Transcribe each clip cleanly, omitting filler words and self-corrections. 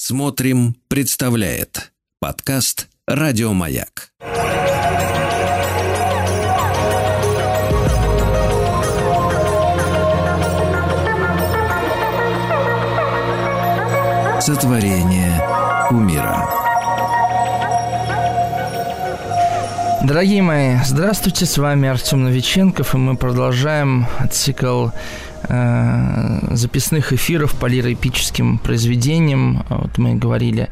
Смотрим, представляет подкаст «Радио Маяк». Сотворение кумира. Дорогие мои, здравствуйте, с вами Артем Новиченков, и мы продолжаем цикл записных эфиров по лироэпическим произведениям. Вот мы говорили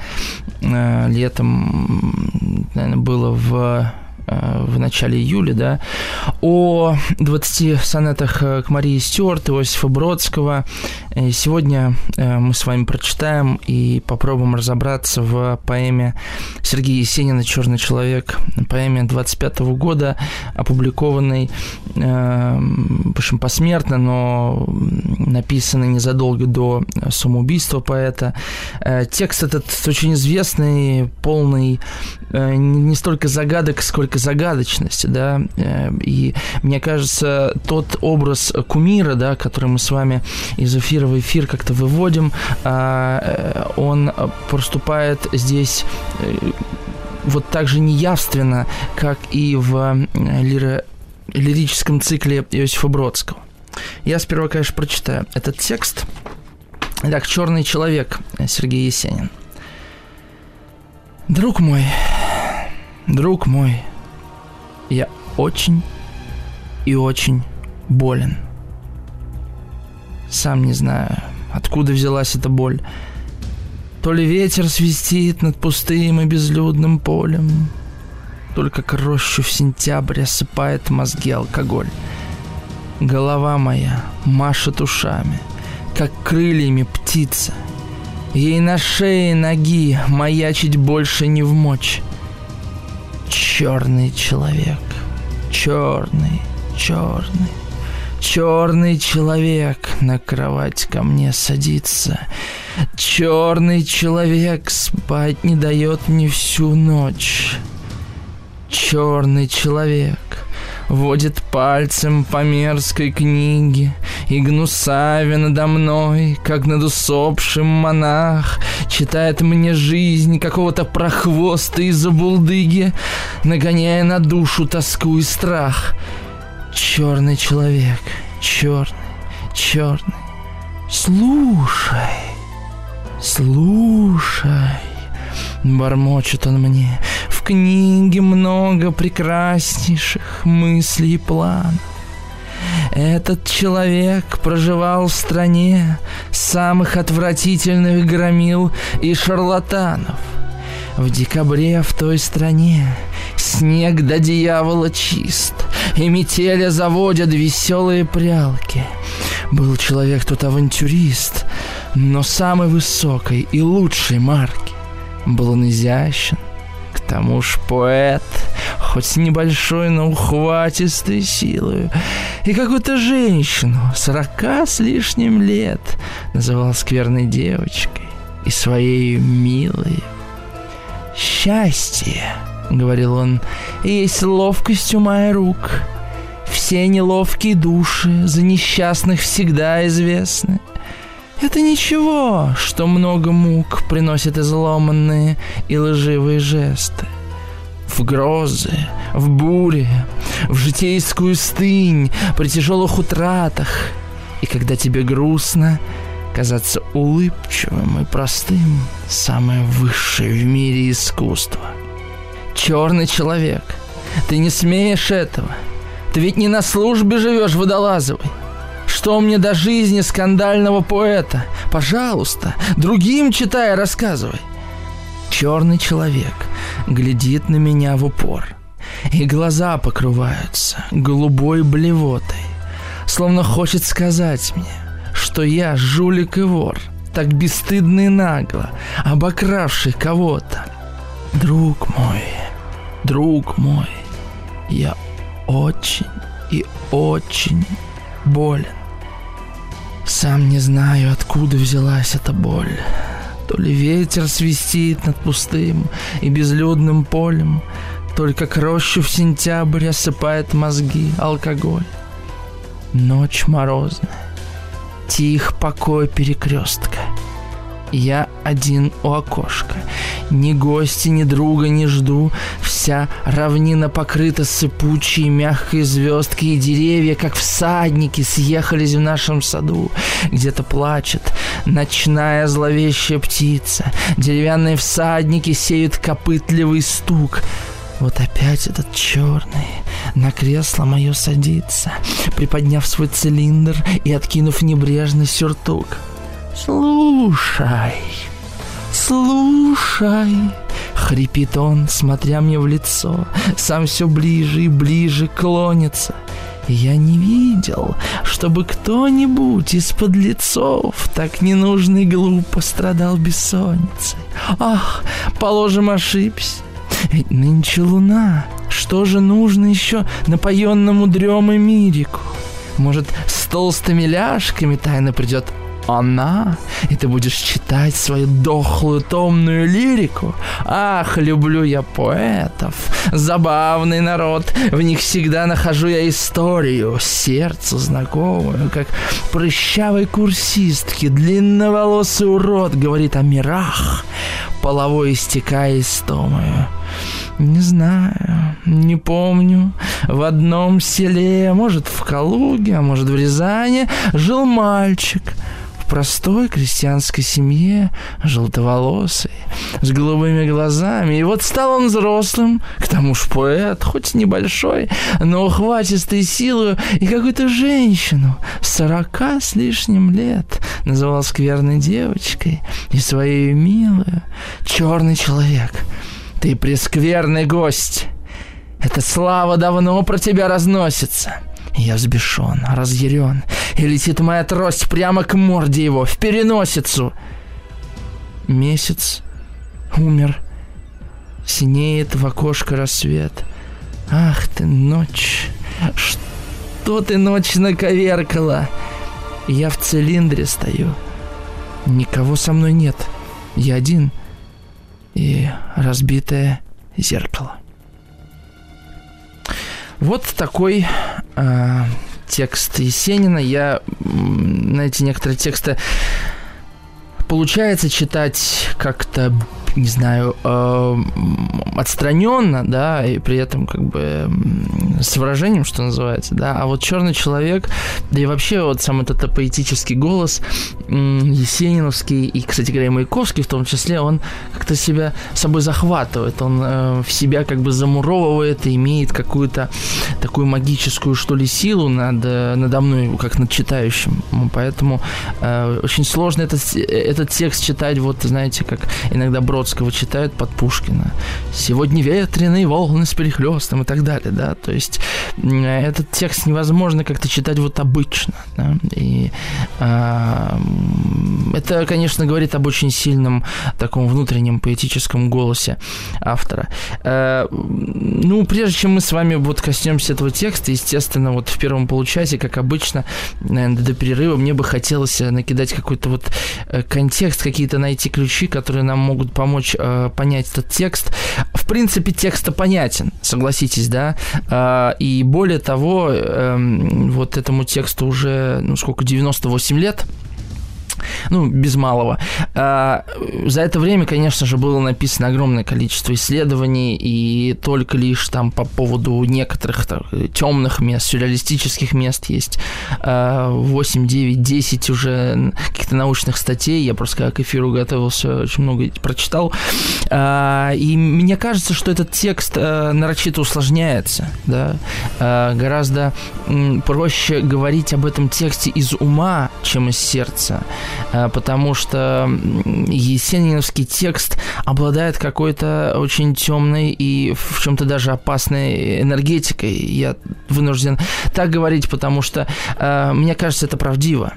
летом, наверное, было в начале июля, да, о 20 сонетах к Марии Стюарт, Иосифа Бродского. И сегодня мы с вами прочитаем и попробуем разобраться в поэме Сергея Есенина «Черный человек», поэме 25-го года, опубликованной, в общем, посмертно, но написанной незадолго до самоубийства поэта. Текст этот очень известный, полный не столько загадок, сколько загадочности, да, и мне кажется, тот образ кумира, да, который мы с вами из эфира в эфир как-то выводим, он проступает здесь вот так же неявственно, как и в лирическом цикле Иосифа Бродского. Я сперва, конечно, прочитаю этот текст. Итак, «Черный человек», Сергей Есенин. Друг мой, я очень и очень болен. Сам не знаю, откуда взялась эта боль. То ли ветер свистит над пустым и безлюдным полем, то ли как рощу в сентябре осыпает мозги алкоголь. Голова моя машет ушами, как крыльями птица. Ей на шее ноги маячить больше не вмочь. Черный человек, черный человек на кровать ко мне садится. Черный человек спать не дает мне всю ночь. Черный человек водит пальцем по мерзкой книге и, гнусавя надо мной, как над усопшим монах, читает мне жизнь какого-то прохвоста и забулдыги, нагоняя на душу тоску и страх. Черный человек, черный, слушай, бормочет он мне. В книге много прекраснейших мыслей и планов. Этот человек проживал в стране самых отвратительных громил и шарлатанов. В декабре в той стране снег до дьявола чист, и метели заводят веселые прялки. Был человек тут авантюрист, но самой высокой и лучшей марки. Был он изящен, к тому ж поэт, хоть с небольшой, но ухватистой силой. И какую-то женщину 40 с лишним лет называл скверной девочкой и своей милой. «Счастье, — говорил он, — есть ловкость ума и рук. Все неловкие души за несчастных всегда известны. Это ничего, что много мук приносят изломанные и лживые жесты. В грозы, в буре, в житейскую стынь, при тяжелых утратах. И когда тебе грустно, казаться улыбчивым и простым — самое высшее в мире искусство. Черный человек, ты не смеешь этого. Ты ведь не на службе живешь водолазовой. Что мне до жизни скандального поэта? Пожалуйста, другим читай, рассказывай». Черный человек глядит на меня в упор, и глаза покрываются голубой блевотой, словно хочет сказать мне, что я жулик и вор, так бесстыдно и нагло обокравший кого-то. Друг мой, я очень и очень болен. Сам не знаю, откуда взялась эта боль. То ли ветер свистит над пустым и безлюдным полем, то ли как рощу в сентябрь осыпает мозги алкоголь. Ночь морозная, тих покой перекрестка. Я один у окошка. Ни гостя, ни друга не жду. Вся равнина покрыта сыпучей мягкой звездкой, и деревья, как всадники, съехались в нашем саду. Где-то плачет ночная зловещая птица. Деревянные всадники сеют копытливый стук. Вот опять этот черный на кресло мое садится, приподняв свой цилиндр и откинув небрежный сюртук. «Слушай, слушай!» — хрипит он, смотря мне в лицо. Сам все ближе и ближе клонится. Я не видел, чтобы кто-нибудь из подлецов так ненужно и глупо страдал бессонницей. Ах, положим, ошибся. Ведь нынче луна. Что же нужно еще напоенному дремой Мирику? Может, с толстыми ляжками тайно придет она, и ты будешь читать свою дохлую томную лирику? Ах, люблю я поэтов, забавный народ, в них всегда нахожу я историю, сердцу знакомую, как прыщавой курсистки, длинноволосый урод говорит о мирах, половой истекая истомою. Не знаю, не помню. В одном селе, может, в Калуге, а может, в Рязани, жил мальчик. В простой крестьянской семье, желтоволосый, с голубыми глазами. И вот стал он взрослым, к тому ж поэт, хоть небольшой, но ухватистой силою, и какую-то женщину 40 с лишним лет называл скверной девочкой и свою милую. Черный человек, ты прескверный гость. Эта слава давно про тебя разносится. Я взбешен, разъярен, и летит моя трость прямо к морде его, в переносицу. Месяц умер, синеет в окошко рассвет. Ах ты, ночь, что ты ночь наковеркала? Я в цилиндре стою, никого со мной нет, я один и разбитое зеркало. Вот такой текст Есенина. Я, знаете, некоторые тексты получается читать как-то, не знаю, отстраненно, да, и при этом как бы с выражением, что называется, да. А вот «Черный человек», да и вообще вот сам этот поэтический голос есениновский и, кстати говоря, Маяковский в том числе, он как-то себя собой захватывает, он в себя как бы замуровывает и имеет какую-то такую магическую, что ли, силу надо мной, как над читающим. Поэтому очень сложно этот текст читать, вот, знаете, как иногда Бродского читают под Пушкина. «Сегодня ветреные волны с перехлёстом» и так далее, да, то есть этот текст невозможно как-то читать вот обычно, да? И это, конечно, говорит об очень сильном таком внутреннем поэтическом голосе автора. Ну, прежде чем мы с вами вот коснемся этого текста, естественно, вот в первом получасе, как обычно, наверное, до перерыва мне бы хотелось накидать какой-то вот контекст, какие-то найти ключи, которые нам могут помочь понять этот текст. В принципе, текст понятен, согласитесь, да? И более того, вот этому тексту уже, 98 лет, без малого. За это время, конечно же, было написано огромное количество исследований, и только лишь там по поводу некоторых темных мест, сюрреалистических мест есть 8, 9, 10 уже каких-то научных статей. Я просто к эфиру готовился, очень много прочитал. И мне кажется, что этот текст нарочито усложняется, да? Гораздо проще говорить об этом тексте из ума, чем из сердца. Потому что есениновский текст обладает какой-то очень темной и в чем-то даже опасной энергетикой. Я вынужден так говорить, потому что мне кажется, это правдиво.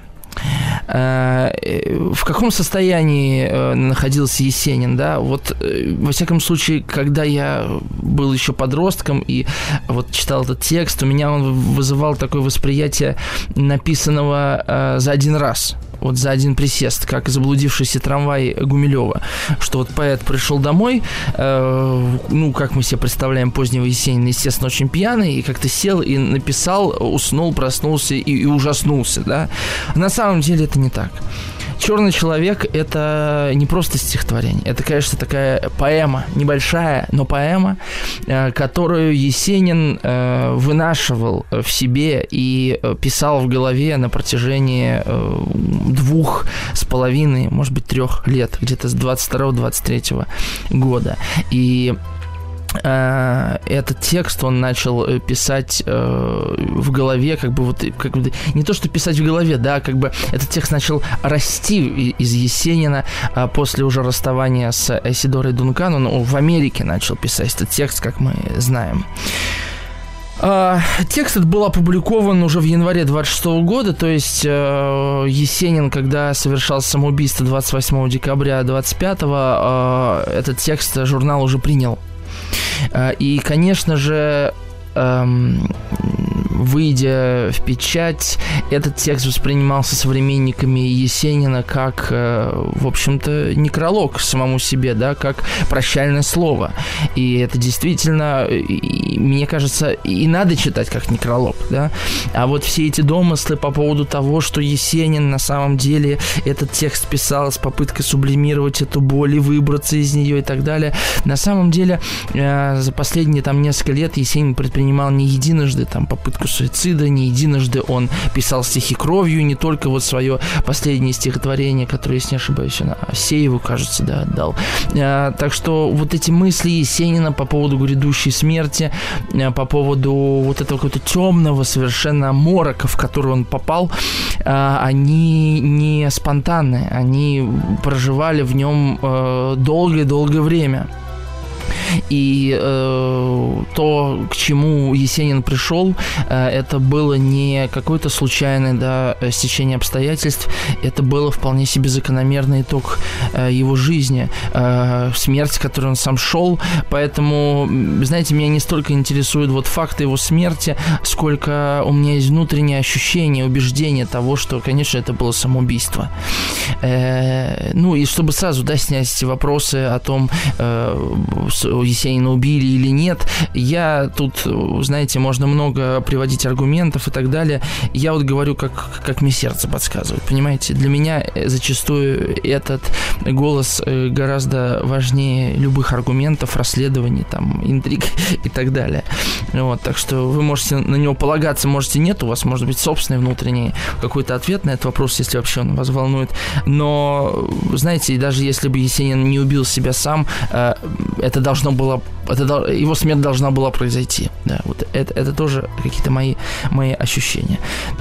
В каком состоянии находился Есенин, да? Вот, во всяком случае, когда я был еще подростком и вот читал этот текст, у меня он вызывал такое восприятие написанного за один раз. Вот за один присест, как заблудившийся трамвай Гумилева, что вот поэт пришел домой, как мы себе представляем позднего Есенина, естественно, очень пьяный, и как-то сел и написал, уснул, проснулся и ужаснулся, да. На самом деле это не так. «Черный человек» — это не просто стихотворение. Это, конечно, такая поэма, небольшая, но поэма, которую Есенин вынашивал в себе и писал в голове на протяжении 2,5, может быть, 3 лет, где-то с 22-23 года. И этот текст он начал писать в голове, как бы не то что писать в голове, да, как бы этот текст начал расти из Есенина после уже расставания с Айседорой Дункан. Он в Америке начал писать этот текст, как мы знаем. Текст этот был опубликован уже в январе 26 года, то есть Есенин, когда совершал самоубийство 28 декабря 25-го, этот текст журнал уже принял. И, конечно же, выйдя в печать, этот текст воспринимался современниками Есенина как, в общем-то, некролог самому себе, да, как прощальное слово. И это действительно, мне кажется, и надо читать как некролог, да. А вот все эти домыслы по поводу того, что Есенин на самом деле этот текст писал с попыткой сублимировать эту боль и выбраться из нее и так далее, на самом деле за последние там несколько лет Есенин предпринимал не единожды там попытку суицида, не единожды он писал стихи кровью, не только вот свое последнее стихотворение, которое, если не ошибаюсь, он Асееву, кажется, да, отдал. Так что вот эти мысли Есенина по поводу грядущей смерти, по поводу вот этого какого-то темного совершенно морока, в который он попал, они не спонтанные, они проживали в нем долгое-долгое время. И то, к чему Есенин пришел, это было не какое-то случайное, да, стечение обстоятельств, это было вполне себе закономерный итог его жизни, смерть, к которой он сам шел. Поэтому, знаете, меня не столько интересуют вот факты его смерти, сколько у меня есть внутреннее ощущение, убеждение того, что, конечно, это было самоубийство. Ну и чтобы сразу, да, снять эти вопросы о том, Есенина убили или нет, я тут, знаете, можно много приводить аргументов и так далее. Я вот говорю, как мне сердце подсказывает, понимаете? Для меня зачастую этот голос гораздо важнее любых аргументов, расследований, там, интриг и так далее. Вот, так что вы можете на него полагаться, можете нет, у вас может быть собственный внутренний какой-то ответ на этот вопрос, если вообще он вас волнует. Но, знаете, даже если бы Есенин не убил себя сам, это должно было, его смерть должна была произойти. Да, вот это тоже какие-то мои ощущения.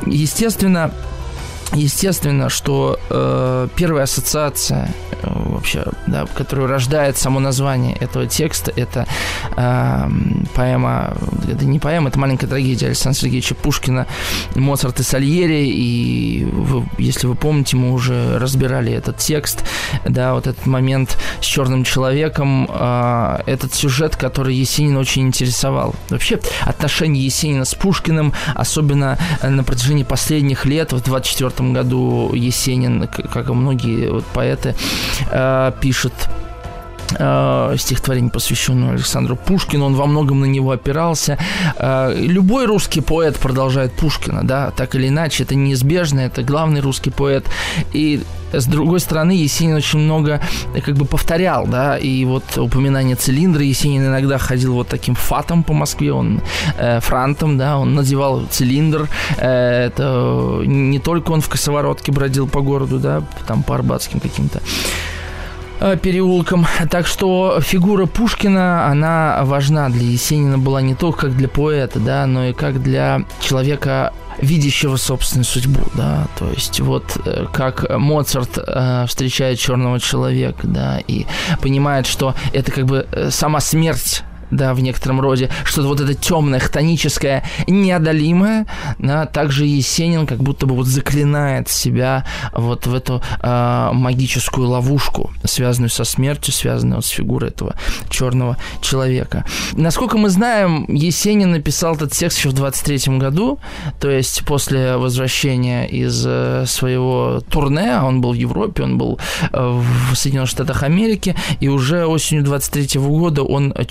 Естественно, что первая ассоциация вообще, да, которую рождает само название этого текста, это поэма, это не поэма, это маленькая трагедия Александра Сергеевича Пушкина «Моцарт и Сальери». И если вы помните, мы уже разбирали этот текст, да, вот этот момент с черным человеком, этот сюжет, который Есенина очень интересовал. Вообще, отношения Есенина с Пушкиным, особенно на протяжении последних лет, в 24 году Есенин, как и многие вот поэты, пишет стихотворение, посвященное Александру Пушкину. Он во многом на него опирался. Любой русский поэт продолжает Пушкина, да, так или иначе, это неизбежно, это главный русский поэт. И с другой стороны, Есенин очень много как бы повторял, да, и вот упоминание цилиндра, Есенин иногда ходил вот таким фатом по Москве, он франтом, да, он надевал цилиндр, это не только он в косоворотке бродил по городу, да, там по арбатским каким-то переулкам. Так что фигура Пушкина, она важна для Есенина была не только как для поэта, да, но и как для человека, видящего собственную судьбу, да, то есть вот как Моцарт встречает черного человека, да, и понимает, что это как бы сама смерть, да, в некотором роде, что-то вот это темное, хтоническое, неодолимое, да, также Есенин как будто бы вот заклинает себя вот в эту магическую ловушку, связанную со смертью, связанную вот с фигурой этого черного человека. Насколько мы знаем, Есенин написал этот текст еще в 23 году, то есть после возвращения из своего турне, он был в Европе, он был в Соединенных Штатах Америки, и уже осенью 23 года он читал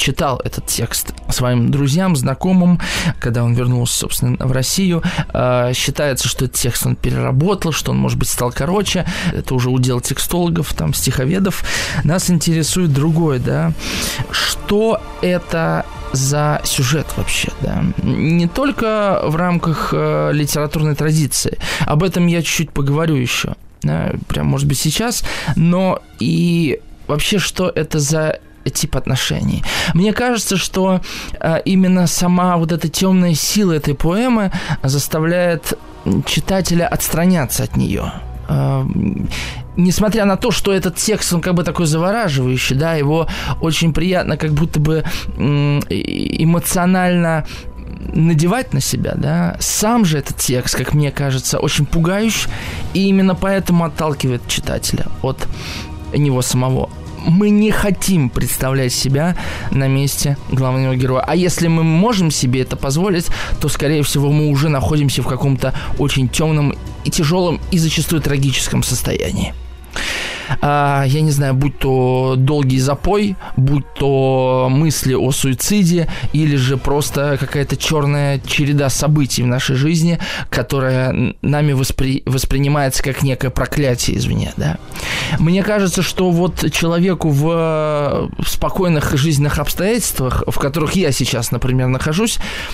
этот текст своим друзьям, знакомым, когда он вернулся, собственно, в Россию. Считается, что этот текст он переработал, что он, может быть, стал короче. Это уже удел текстологов, там, стиховедов. Нас интересует другое, да. Что это за сюжет вообще, да? Не только в рамках литературной традиции. Об этом я чуть-чуть поговорю еще. Да, прям, может быть, сейчас. Но и вообще, что это за тип отношений. Мне кажется, что именно сама вот эта темная сила этой поэмы заставляет читателя отстраняться от нее. Несмотря на то, что этот текст, он как бы такой завораживающий, да, его очень приятно как будто бы эмоционально надевать на себя, да, сам же этот текст, как мне кажется, очень пугающий, и именно поэтому отталкивает читателя от него самого. Мы не хотим представлять себя на месте главного героя. А если мы можем себе это позволить, то, скорее всего, мы уже находимся в каком-то очень темном и тяжелом и зачастую трагическом состоянии. Я не знаю, будь то долгий запой, будь то мысли о суициде, или же просто какая-то черная череда событий в нашей жизни, которая нами воспринимается как некое проклятие извне, да. Мне кажется, что вот человеку в спокойных жизненных обстоятельствах, в которых я сейчас, например, нахожусь,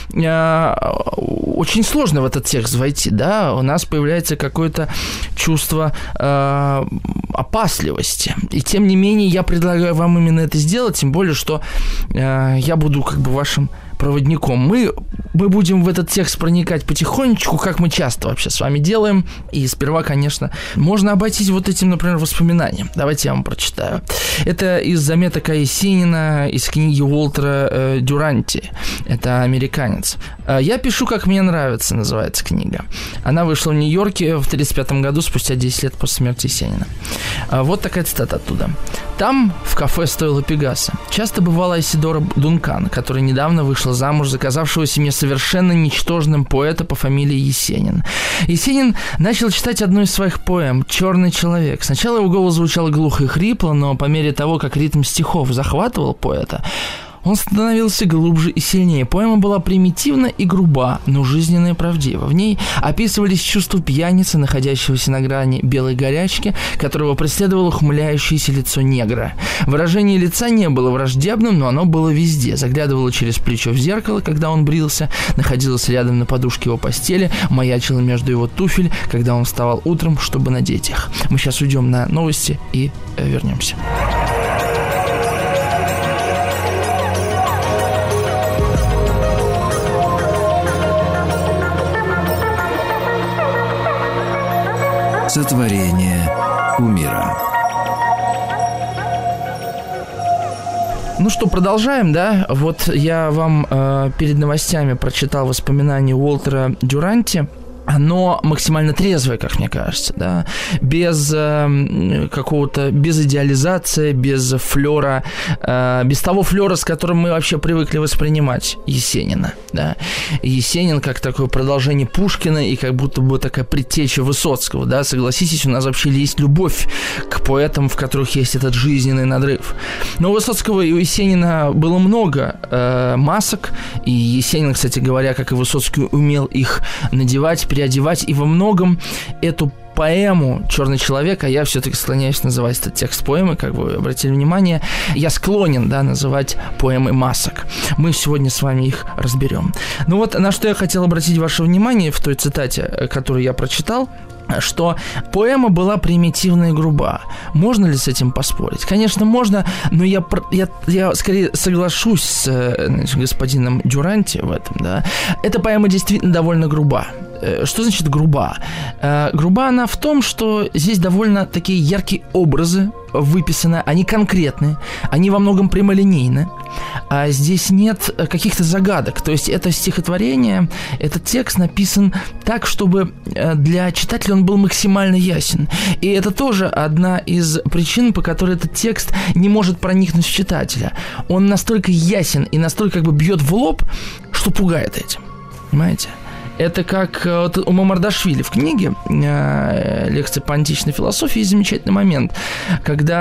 очень сложно в этот текст войти, да. У нас появляется какое-то чувство опасливости. И тем не менее я предлагаю вам именно это сделать, тем более, что я буду как бы вашим проводником. Мы будем в этот текст проникать потихонечку, как мы часто вообще с вами делаем. И сперва, конечно, можно обойтись вот этим, например, воспоминанием. Давайте я вам прочитаю. Это из заметок Есенина, из книги Уолтера Дюранти. Это американец. «Я пишу, как мне нравится», называется книга. Она вышла в Нью-Йорке в 1935 году, спустя 10 лет после смерти Есенина. Вот такая цитата оттуда. «Там, в кафе «Стойло Пегаса», часто бывала Исидора Дункан, которая недавно вышла замуж заказавшего себе совершенно ничтожным поэта по фамилии Есенин. Есенин начал читать одну из своих поэм «Черный человек». Сначала его голос звучал глухо и хрипло, но по мере того, как ритм стихов захватывал поэта, он становился глубже и сильнее. Поэма была примитивна и груба, но жизненно и правдива. В ней описывались чувства пьяницы, находящегося на грани белой горячки, которого преследовало ухмыляющееся лицо негра. Выражение лица не было враждебным, но оно было везде. Заглядывало через плечо в зеркало, когда он брился, находилось рядом на подушке его постели, маячило между его туфель, когда он вставал утром, чтобы надеть их. Мы сейчас уйдем на новости и вернемся. Сотворение кумира. Ну что, продолжаем, да? Вот я вам перед новостями прочитал воспоминания Уолтера Дюранти. Оно максимально трезвое, как мне кажется, да, без какого-то, без идеализации, без флера, без того флера, с которым мы вообще привыкли воспринимать Есенина, да. Есенин как такое продолжение Пушкина и как будто бы такая предтеча Высоцкого, да, согласитесь, у нас вообще есть любовь к поэтам, в которых есть этот жизненный надрыв. Но у Высоцкого и у Есенина было много масок, и Есенин, кстати говоря, как и Высоцкий, умел их надевать, переодевать, и во многом эту поэму «Черный человек», а я все-таки склоняюсь называть этот текст поэмы, как вы обратили внимание, я склонен, да, называть поэмой масок. Мы сегодня с вами их разберем. Ну вот, на что я хотел обратить ваше внимание в той цитате, которую я прочитал, что поэма была примитивна и груба. Можно ли с этим поспорить? Конечно, можно, но я скорее соглашусь с господином Дюранти в этом, да. Эта поэма действительно довольно груба. Что значит груба? Груба она в том, что здесь довольно такие яркие образы выписаны, они конкретные, они во многом прямолинейны, а здесь нет каких-то загадок. То есть это стихотворение, этот текст написан так, чтобы для читателя он был максимально ясен. И это тоже одна из причин, по которой этот текст не может проникнуть в читателя. Он настолько ясен и настолько как бы бьет в лоб, что пугает этим. Понимаете? Это как вот у Мамардашвили в книге «Лекции по античной философии» есть замечательный момент, когда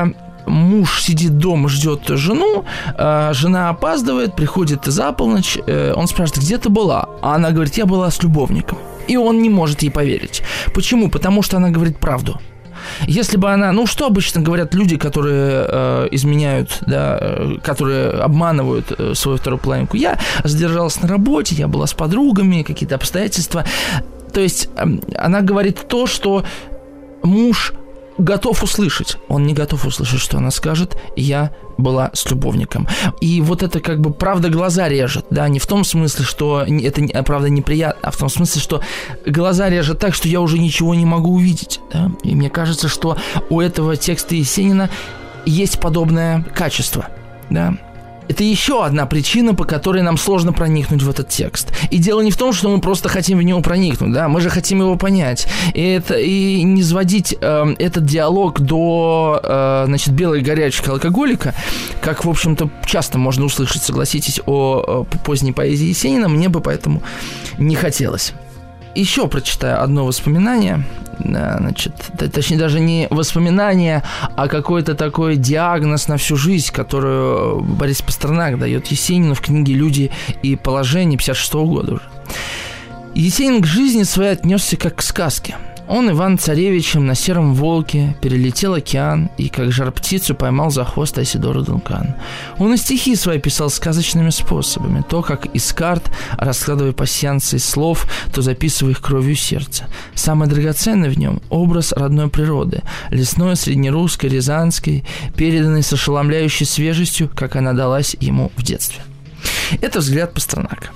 муж сидит дома, ждет жену, жена опаздывает, приходит за полночь, он спрашивает, где ты была? А она говорит, я была с любовником. И он не может ей поверить. Почему? Потому что она говорит правду. Если бы она... Ну, что обычно говорят люди, которые изменяют, да, которые обманывают свою вторую половинку? Я задержалась на работе, я была с подругами, какие-то обстоятельства. То есть она говорит то, что муж готов услышать. Он не готов услышать, что она скажет, я была с любовником. И вот это как бы правда глаза режет, да, не в том смысле, что это правда неприятно, а в том смысле, что глаза режет так, что я уже ничего не могу увидеть, да? И мне кажется, что у этого текста Есенина есть подобное качество, да. Это еще одна причина, по которой нам сложно проникнуть в этот текст. И дело не в том, что мы просто хотим в него проникнуть, да, мы же хотим его понять. И не сводить этот диалог до, белой горячки алкоголика, как, в общем-то, часто можно услышать, согласитесь, о поздней поэзии Есенина, мне бы поэтому не хотелось. Еще прочитаю одно воспоминание, точнее даже не воспоминание, а какой-то такой диагноз на всю жизнь, которую Борис Пастернак дает Есенину в книге «Люди и положение» 1956 года уже. Есенин к жизни своей отнесся как к сказке. Он Иван-Царевичем на сером волке перелетел океан и, как жар-птицу, поймал за хвост Айседору Дункан. Он и стихи свои писал сказочными способами, то как из карт, раскладывая пасьянцы из слов, то записывая их кровью сердца. Самое драгоценное в нем – образ родной природы, лесной, среднерусской, рязанской, переданный с ошеломляющей свежестью, как она далась ему в детстве. Это взгляд Пастернака.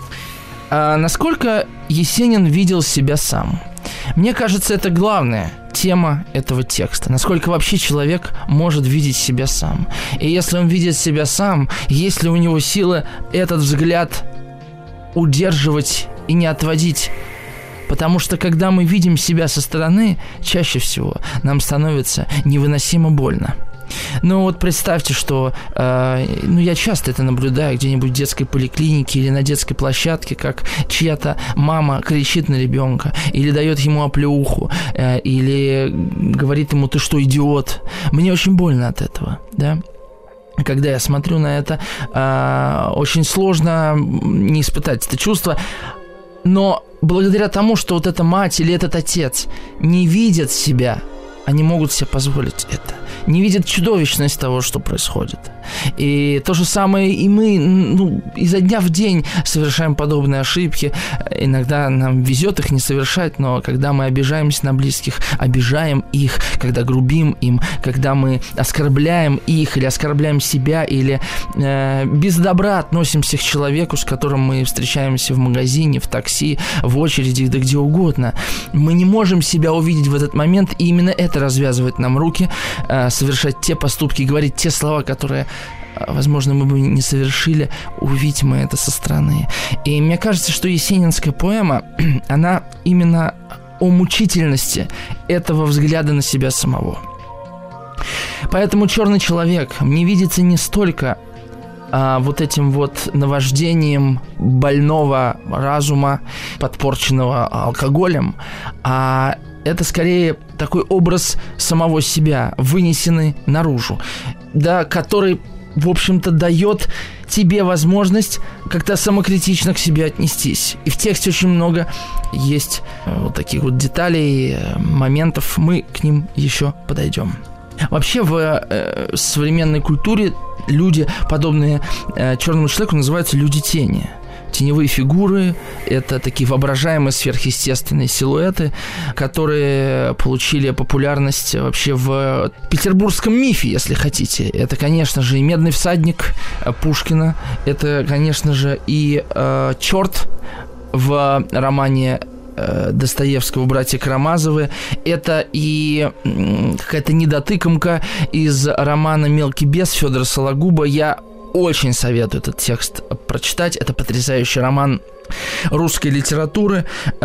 А насколько Есенин видел себя сам? Мне кажется, это главная тема этого текста. Насколько вообще человек может видеть себя сам. И если он видит себя сам, есть ли у него сила этот взгляд удерживать и не отводить? Потому что, когда мы видим себя со стороны, чаще всего нам становится невыносимо больно. Ну вот представьте, что я часто это наблюдаю где-нибудь в детской поликлинике или на детской площадке, как чья-то мама кричит на ребенка или дает ему оплеуху, или говорит ему: ты что, идиот? Мне очень больно от этого, да? Когда я смотрю на это, очень сложно не испытать это чувство, но благодаря тому, что вот эта мать или этот отец не видят себя, они могут себе позволить это. Не видят чудовищность того, что происходит. И то же самое и мы, изо дня в день совершаем подобные ошибки. Иногда нам везет их не совершать, но когда мы обижаемся на близких, обижаем их, когда грубим им, когда мы оскорбляем их или оскорбляем себя, или без добра относимся к человеку, с которым мы встречаемся в магазине, в такси, в очереди, да где угодно, мы не можем себя увидеть в этот момент, и именно это развязывает нам руки, совершать те поступки, говорить те слова, которые, возможно, мы бы не совершили, увидеть мы это со стороны. И мне кажется, что есенинская поэма, она именно о мучительности этого взгляда на себя самого. Поэтому «Черный человек» мне видится не столько вот этим вот наваждением больного разума, подпорченного алкоголем, а это скорее такой образ самого себя, вынесенный наружу, да, который, в общем-то, дает тебе возможность как-то самокритично к себе отнестись. И в тексте очень много есть вот таких вот деталей, моментов, мы к ним еще подойдем. Вообще в современной культуре люди, подобные черному человеку, называются люди тени. Теневые фигуры – это такие воображаемые сверхъестественные силуэты, которые получили популярность вообще в петербургском мифе, если хотите. Это, конечно же, и «Медный всадник» Пушкина, это, конечно же, и черт в романе Достоевского «Братья Карамазовы», это и какая-то недотыкомка из романа «Мелкий бес» Федора Сологуба. Я очень советую этот текст прочитать. Это потрясающий роман русской литературы.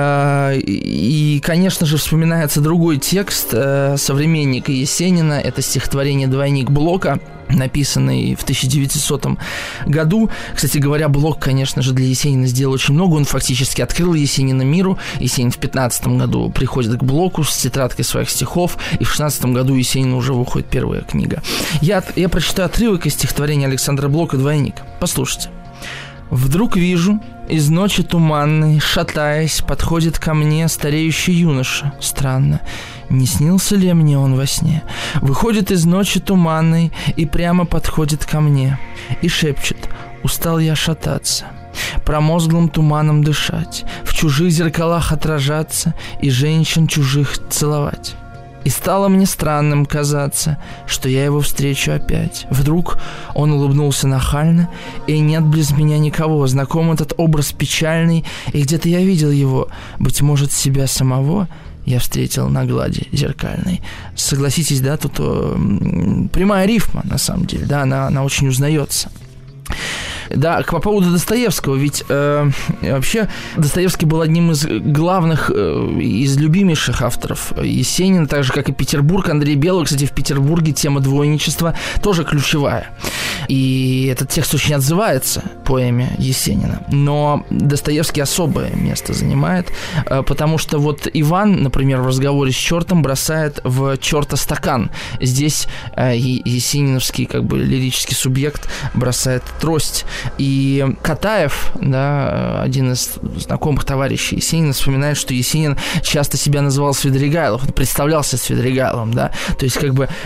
И, конечно же, вспоминается другой текст современника Есенина. Это стихотворение «Двойник Блока». написанный в 1900 году. Кстати говоря, Блок, конечно же, для Есенина сделал очень много. Он фактически открыл Есенина миру. Есенин в 15 году приходит к Блоку с тетрадкой своих стихов, и в 16 году Есенина уже выходит первая книга. Я прочитаю отрывок из стихотворения Александра Блока «Двойник». Послушайте. «Вдруг вижу, из ночи туманной, шатаясь, подходит ко мне стареющий юноша. Странно, не снился ли мне он во сне? Выходит из ночи туманной и прямо подходит ко мне и шепчет: устал я шататься, промозглым туманом дышать, в чужих зеркалах отражаться и женщин чужих целовать. И стало мне странным казаться, что я его встречу опять. Вдруг он улыбнулся нахально, и нет близ меня никого. Знаком этот образ печальный, и где-то я видел его. Быть может, себя самого я встретил на глади зеркальной». Согласитесь, да, тут прямая рифма, на самом деле, да, она очень узнается. Да, по поводу Достоевского, ведь вообще Достоевский был одним из главных, из любимейших авторов Есенина, так же, как и Петербург. Андрей Белый, кстати, в Петербурге тема двойничества тоже ключевая. И этот текст очень отзывается в поэме Есенина. Но Достоевский особое место занимает, потому что вот Иван, например, в разговоре с чертом бросает в черта стакан. Здесь есениновский как бы лирический субъект бросает трость. И Катаев, да, один из знакомых товарищей Есенина, вспоминает, что Есенин часто себя называл Свидригайлов, представлялся Свидригайлом, да, то есть как бы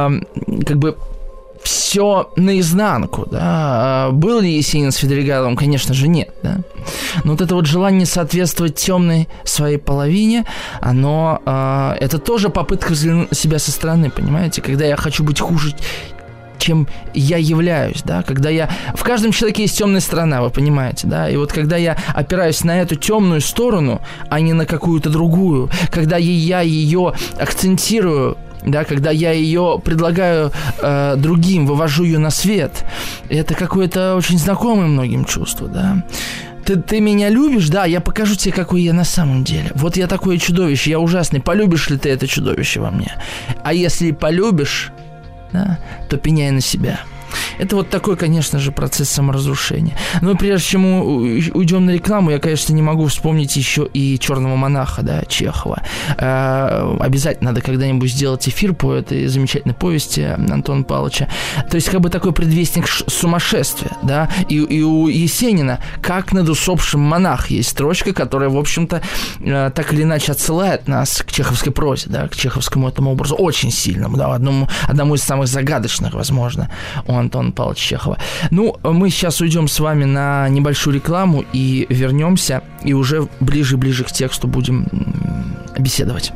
все наизнанку, да. Был ли Есенин Свидригайловым? Конечно же, нет, да. Но вот это вот желание соответствовать темной своей половине, оно, это тоже попытка взглянуть на себя со стороны, понимаете? Когда я хочу быть хуже, чем я являюсь, да, когда я... В каждом человеке есть темная сторона, вы понимаете, да, и вот когда я опираюсь на эту темную сторону, а не на какую-то другую, когда я ее акцентирую, да, когда я ее предлагаю другим, вывожу ее на свет, это какое-то очень знакомое многим чувство, да. Ты меня любишь? Да, я покажу тебе, какой я на самом деле. Вот я такое чудовище, я ужасный. Полюбишь ли ты это чудовище во мне? А если полюбишь, да, то пеняй на себя. Это вот такой, конечно же, процесс саморазрушения. Но прежде чем уйдем на рекламу, я, конечно, не могу вспомнить еще и «Черного монаха», да, Чехова. Обязательно надо когда-нибудь сделать эфир по этой замечательной повести Антона Павловича. То есть, как бы такой предвестник сумасшествия, да. И у Есенина «Как над усопшим монах» есть строчка, которая, в общем-то, так или иначе отсылает нас к чеховской прозе, да, к чеховскому этому образу, очень сильному, да, одному из самых загадочных, возможно, у Антона Павловича Чехова. Ну, мы сейчас уйдем с вами на небольшую рекламу и вернемся, и уже ближе к тексту будем беседовать.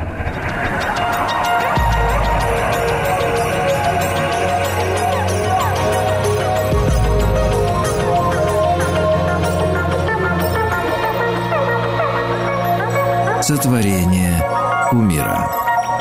Сотворение кумира.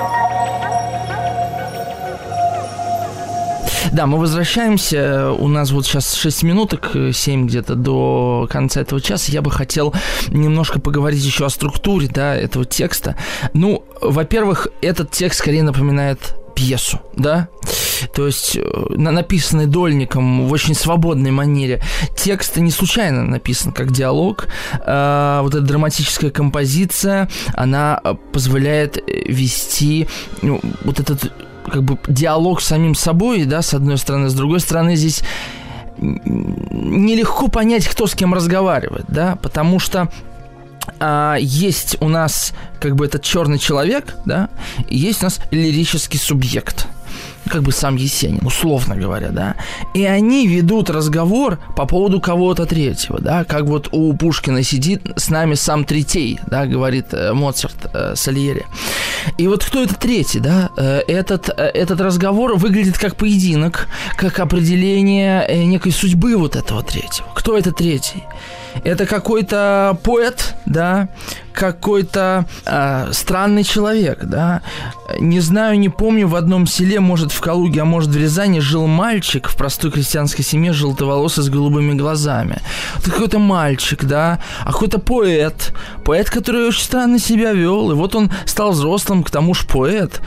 Да, мы возвращаемся. У нас вот сейчас 6 минуток, 7 где-то до конца этого часа. Я бы хотел немножко поговорить еще о структуре, да, этого текста. Ну, во-первых, этот текст скорее напоминает пьесу, да, то есть написанный Дольником в очень свободной манере. Текст не случайно написан как диалог. Вот эта драматическая композиция, она позволяет вести вот этот как бы диалог с самим собой, да, с одной стороны, с другой стороны, здесь нелегко понять, кто с кем разговаривает, да, потому что есть у нас как бы этот черный человек, да, и есть у нас лирический субъект, как бы сам Есенин, условно говоря, да, и они ведут разговор по поводу кого-то третьего, да, как вот у Пушкина сидит с нами сам Третей, да, говорит Моцарт Сальери. И вот кто это третий, да, этот разговор выглядит как поединок, как определение некой судьбы вот этого третьего. Кто это третий? Это какой-то поэт, да, какой-то странный человек, да. Не знаю, не помню, в одном селе, может, в Калуге, а может, в Рязани, жил мальчик в простой крестьянской семье, желтоволосый, с голубыми глазами. Это какой-то мальчик, да, а какой-то поэт, который очень странно себя вел, и вот он стал взрослым, к тому же поэт.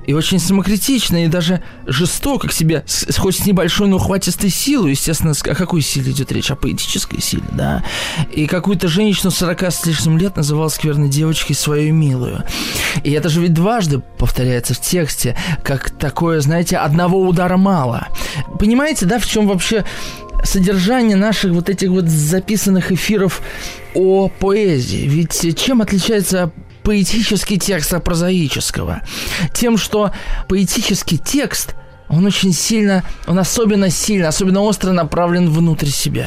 и очень самокритично, и даже жестоко к себе, хоть с небольшой, но ухватистой силой. Естественно, о какой силе идет речь? О поэтической силе, да. И какую-то женщину 40 с лишним лет называл скверной девочкой свою милую. И это же ведь дважды повторяется в тексте, как такое, знаете, одного удара мало. Понимаете, да, в чем вообще содержание наших вот этих вот записанных эфиров о поэзии? Ведь чем отличается поэтический текст от прозаического? Тем, что поэтический текст, он очень сильно, он особенно сильно, особенно остро направлен внутрь себя.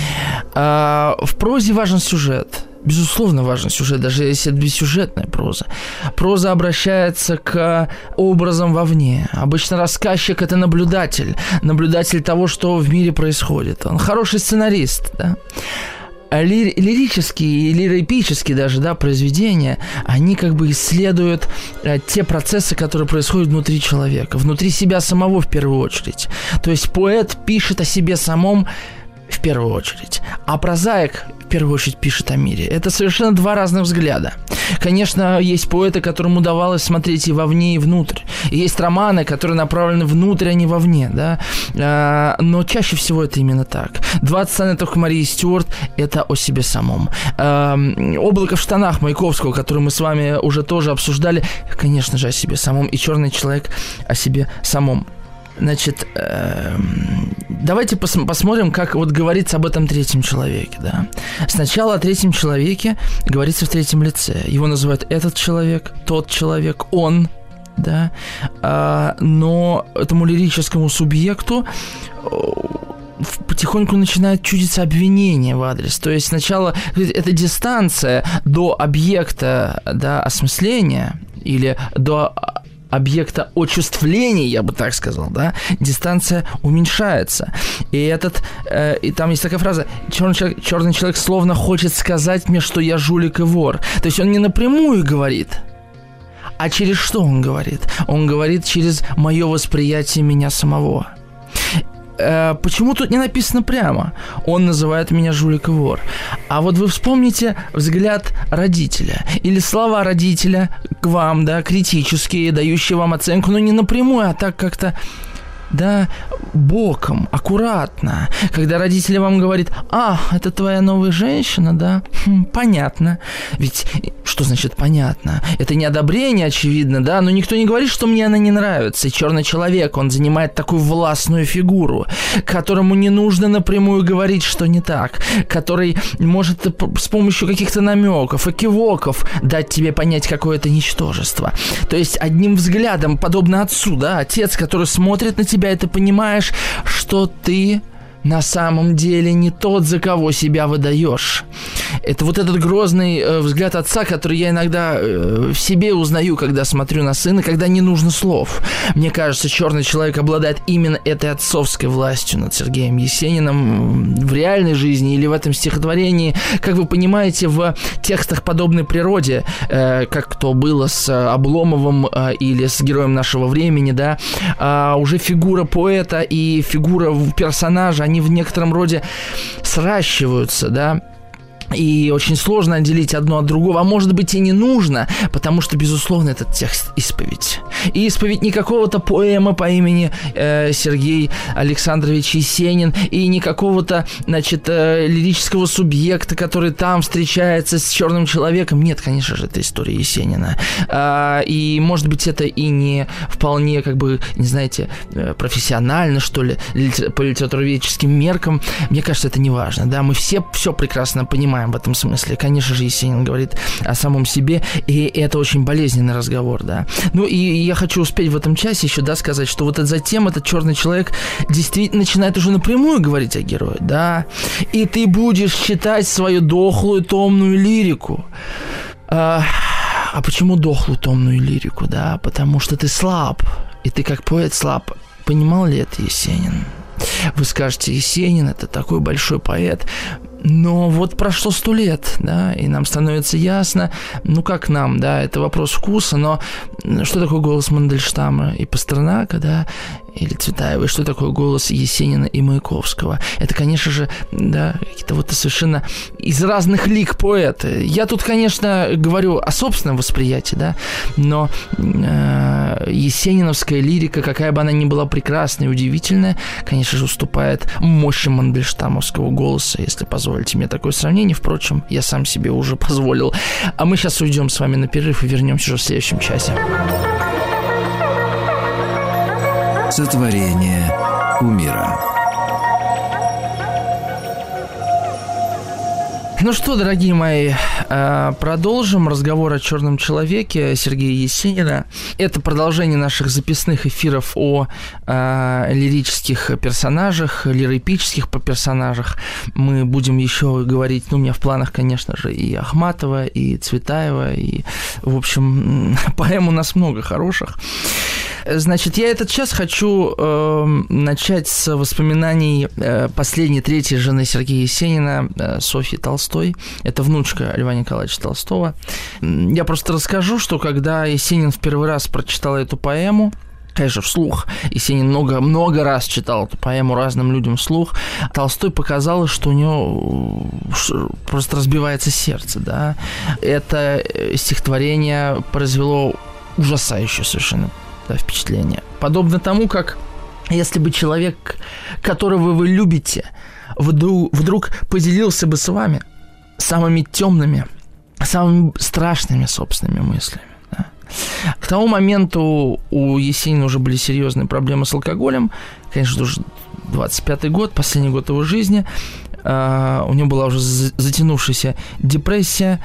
В прозе важен сюжет. Безусловно, важен сюжет, даже если это бессюжетная проза. Проза обращается к образам вовне. Обычно рассказчик – это наблюдатель того, что в мире происходит. Он хороший сценарист, да? Лирические и лироэпические даже, да, произведения, они как бы исследуют те процессы, которые происходят внутри человека, внутри себя самого в первую очередь. То есть поэт пишет о себе самом в первую очередь, а прозаик в первую очередь пишет о мире. Это совершенно два разных взгляда. Конечно, есть поэты, которым удавалось смотреть и вовне, и внутрь. И есть романы, которые направлены внутрь, а не вовне, да. Но чаще всего это именно так. 20 сонетов Марии Стюарт – это о себе самом. «Облако в штанах» Маяковского, который мы с вами уже тоже обсуждали, конечно же, о себе самом. И «Черный человек» о себе самом. Значит, давайте посмотрим, как вот говорится об этом третьем человеке, да. Сначала о третьем человеке говорится в третьем лице. Его называют этот человек, тот человек, он, да. Но этому лирическому субъекту потихоньку начинает чудиться обвинение в адрес. То есть сначала это дистанция до объекта, да, осмысления или до объекта очувствления, я бы так сказал, да, дистанция уменьшается. И там есть такая фраза: черный человек словно хочет сказать мне, что я жулик и вор. То есть он не напрямую говорит, а через что он говорит? Он говорит через мое восприятие меня самого. Почему тут не написано прямо? Он называет меня жулик и вор. А вот вы вспомните взгляд родителя или слова родителя к вам, да, критические, дающие вам оценку, но не напрямую, а так как-то, да, боком, аккуратно. Когда родители вам говорят: это твоя новая женщина, да? Понятно. Ведь что значит понятно? Это не одобрение, очевидно, да? Но никто не говорит, что мне она не нравится. И черный человек, он занимает такую властную фигуру, которому не нужно напрямую говорить, что не так, который может с помощью каких-то намеков, экивоков дать тебе понять какое-то ничтожество. То есть одним взглядом, подобно отцу, да, отец, который смотрит на тебя, и ты понимаешь, что ты на самом деле не тот, за кого себя выдаешь. Это вот этот грозный взгляд отца, который я иногда в себе узнаю, когда смотрю на сына, когда не нужно слов. Мне кажется, черный человек обладает именно этой отцовской властью над Сергеем Есениным в реальной жизни или в этом стихотворении. Как вы понимаете, в текстах подобной природе, как то было с Обломовым или с героем нашего времени, да, уже фигура поэта и фигура персонажа, они в некотором роде сращиваются, да. И очень сложно отделить одно от другого, а может быть и не нужно, потому что, безусловно, этот текст исповедь. И исповедь не какого-то поэма по имени Сергей Александрович Есенин, и не какого-то, значит, лирического субъекта, который там встречается с черным человеком. Нет, конечно же, это история Есенина. И, может быть, это и не вполне, как бы, не знаете, профессионально, что ли, по литературоведческим меркам. Мне кажется, это не важно, да, мы все прекрасно понимаем в этом смысле. Конечно же, Есенин говорит о самом себе, и это очень болезненный разговор, да. Ну, и я хочу успеть в этом часе еще, да, сказать, что вот затем этот черный человек действительно начинает уже напрямую говорить о герое, да. И ты будешь читать свою дохлую томную лирику. А почему дохлую томную лирику, да? Потому что ты слаб, и ты как поэт слаб. Понимал ли это Есенин? Вы скажете: Есенин – это такой большой поэт. Но вот прошло 100 лет, да, и нам становится ясно, ну как нам, да, это вопрос вкуса, но что такое голос Мандельштама и Пастернака, да, или Цветаева, что такое голос Есенина и Маяковского. Это, конечно же, да, какие-то вот совершенно из разных лиг поэты. Я тут, конечно, говорю о собственном восприятии, да, но есениновская лирика, какая бы она ни была прекрасная и удивительная, конечно же, уступает мощи мандельштамовского голоса, если позволите мне такое сравнение. Впрочем, я сам себе уже позволил. А мы сейчас уйдем с вами на перерыв и вернемся уже в следующем часе. Сотворение умира. Ну что, дорогие мои, продолжим разговор о «Черном человеке» Сергея Есенина. Это продолжение наших записных эфиров о лирических персонажах, лироэпических персонажах. Мы будем еще говорить, у меня в планах, конечно же, и Ахматова, и Цветаева, и, в общем, поэм у нас много хороших. Значит, я этот час хочу начать с воспоминаний последней, третьей жены Сергея Есенина, Софьи Толстой. Это внучка Льва Николаевича Толстого. Я просто расскажу, что когда Есенин в первый раз прочитал эту поэму, конечно, вслух, Есенин много раз читал эту поэму разным людям вслух, Толстой показалось, что у него просто разбивается сердце, да. Это стихотворение произвело ужасающее совершенно впечатление. Подобно тому, как если бы человек, которого вы любите, вдруг поделился бы с вами самыми темными, самыми страшными собственными мыслями. Да? К тому моменту у Есенина уже были серьезные проблемы с алкоголем. Конечно, уже 25-й год, последний год его жизни. У него была уже затянувшаяся депрессия.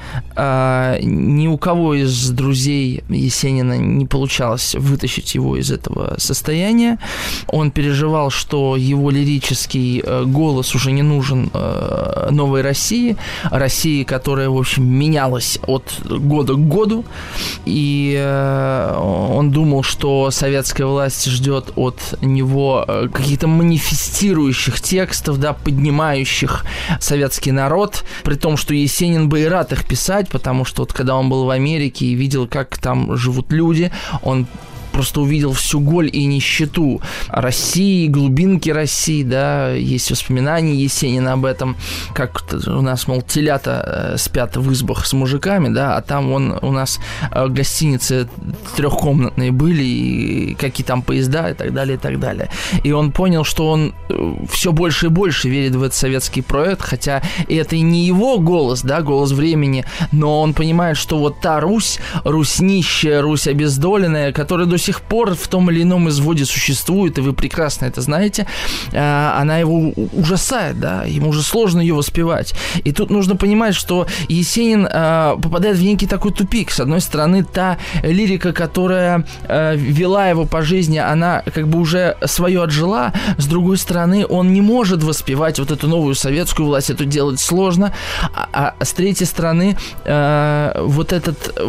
Ни у кого из друзей Есенина не получалось вытащить его из этого состояния. Он переживал, что его лирический голос уже не нужен новой России, которая, в общем, менялась от года к году. И он думал, что советская власть ждет от него каких-то манифестирующих текстов, да, поднимающих советский народ, при том, что Есенин бы и рад их писать, потому что вот когда он был в Америке и видел, как там живут люди, он просто увидел всю голь и нищету России, глубинки России, да, есть воспоминания Есенина об этом, как у нас, мол, телята спят в избах с мужиками, да, а там у нас гостиницы трехкомнатные были, и какие там поезда, и так далее, и так далее. И он понял, что он все больше и больше верит в этот советский проект, хотя это и не его голос, да, голос времени, но он понимает, что вот та Русь нищая, Русь обездоленная, которая до сих пор в том или ином изводе существует, и вы прекрасно это знаете, она его ужасает, да, ему уже сложно ее воспевать. И тут нужно понимать, что Есенин попадает в некий такой тупик. С одной стороны, та лирика, которая вела его по жизни, она как бы уже свое отжила, с другой стороны, он не может воспевать вот эту новую советскую власть, это делать сложно, а с третьей стороны, вот это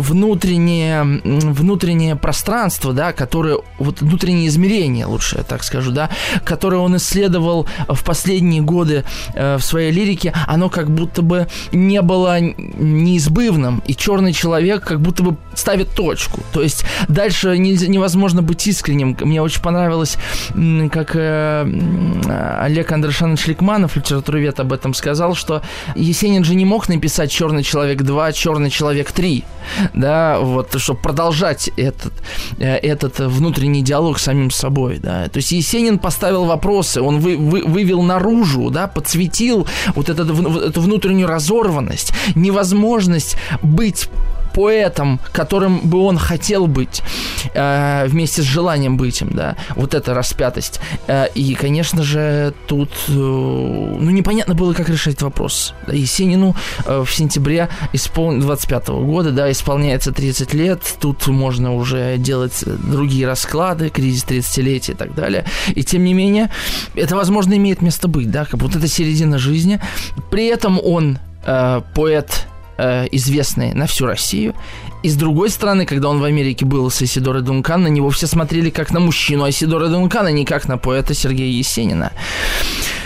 внутреннее пространство, да, которое, вот внутреннее измерение, лучше я так скажу, да, которое он исследовал в последние годы в своей лирике, оно как будто бы не было неизбывным, и «Черный человек» как будто бы ставит точку. То есть дальше невозможно быть искренним. Мне очень понравилось, как Олег Андрашанович Ликманов, литературовед, об этом сказал, что Есенин же не мог написать «Черный человек 2», «Черный человек 3», да, вот, чтобы продолжать этот внутренний диалог с самим собой, да. То есть Есенин поставил вопросы, он вывел наружу, да, подсветил вот эту внутреннюю разорванность, невозможность быть поэтом, которым бы он хотел быть, вместе с желанием быть им, да, вот эта распятость. И, конечно же, тут, непонятно было, как решать этот вопрос. Есенину в сентябре 25-го года, да, исполняется 30 лет, тут можно уже делать другие расклады, кризис 30-летия и так далее. И, тем не менее, это, возможно, имеет место быть, да, как будто это середина жизни. При этом он поэт, известный на всю Россию. И с другой стороны, когда он в Америке был с Исидорой Дункан, на него все смотрели как на мужчину Исидоры Дункан, а не как на поэта Сергея Есенина.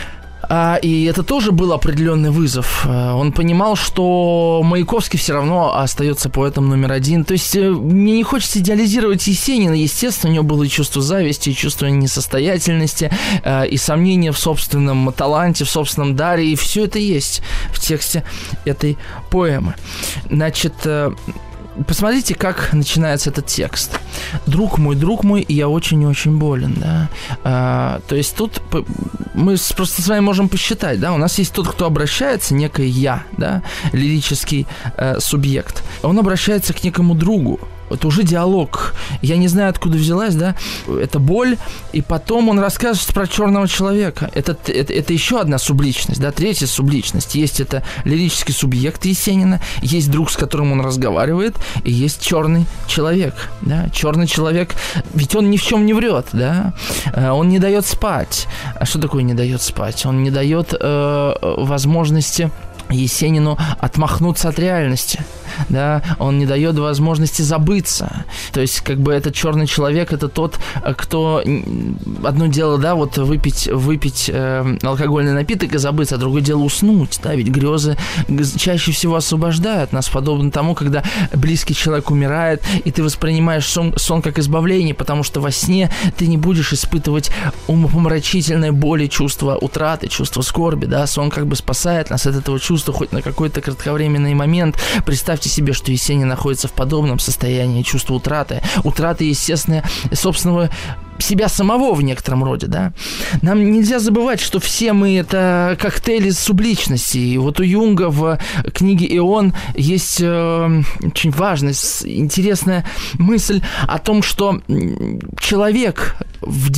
И это тоже был определенный вызов. Он понимал, что Маяковский все равно остается поэтом номер один. То есть мне не хочется идеализировать Есенина. Естественно, у него было и чувство зависти, и чувство несостоятельности, и сомнения в собственном таланте, в собственном даре. И все это есть в тексте этой поэмы. Значит, посмотрите, как начинается этот текст. Друг мой, я очень-очень болен, да. То есть тут мы просто с вами можем посчитать, да, у нас есть тот, кто обращается, некое я, да, лирический субъект. Он обращается к некому другу. Это уже диалог. Я не знаю, откуда взялась, да. Это боль. И потом он рассказывает про черного человека. Это еще одна субличность, да, третья субличность. Есть это лирический субъект Есенина, есть друг, с которым он разговаривает, и есть черный человек, да. Черный человек, ведь он ни в чем не врет, да. Он не дает спать. А что такое не дает спать? Он не дает возможности Есенину отмахнуться от реальности, да, он не дает возможности забыться. То есть, как бы этот черный человек, это тот, кто одно дело, да, вот выпить алкогольный напиток и забыться, а другое дело уснуть, да, ведь грезы чаще всего освобождают нас, подобно тому, когда близкий человек умирает, и ты воспринимаешь сон как избавление, потому что во сне ты не будешь испытывать умопомрачительной боли, чувство утраты, чувство скорби, да, сон как бы спасает нас от этого чувства хоть на какой-то кратковременный момент. Представьте себе, что Есенин находится в подобном состоянии чувства утраты, естественно, собственного себя самого в некотором роде, да. Нам нельзя забывать, что все мы это коктейль из субличностей. И вот у Юнга в книге «Ион» есть очень важная, интересная мысль о том, что человек в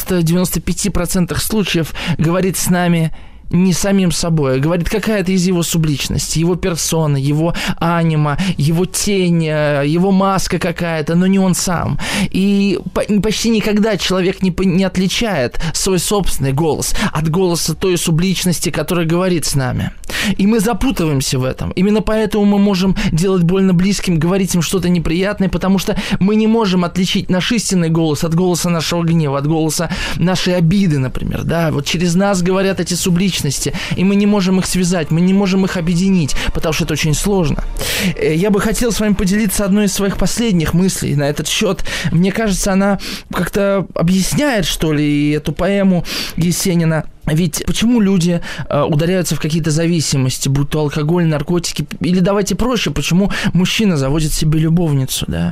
90-95% случаев говорит с нами не самим собой, говорит какая-то из его субличностей, его персона, его анима, его тень, его маска какая-то, но не он сам. И почти никогда человек не отличает свой собственный голос от голоса той субличности, которая говорит с нами. И мы запутываемся в этом. Именно поэтому мы можем делать больно близким, говорить им что-то неприятное, потому что мы не можем отличить наш истинный голос от голоса нашего гнева, от голоса нашей обиды, например. Да? Вот через нас говорят эти субличности, и мы не можем их связать, мы не можем их объединить, потому что это очень сложно. Я бы хотел с вами поделиться одной из своих последних мыслей на этот счет. Мне кажется, она как-то объясняет, что ли, эту поэму Есенина. Ведь почему люди ударяются в какие-то зависимости, будь то алкоголь, наркотики, или давайте проще, почему мужчина заводит себе любовницу, да?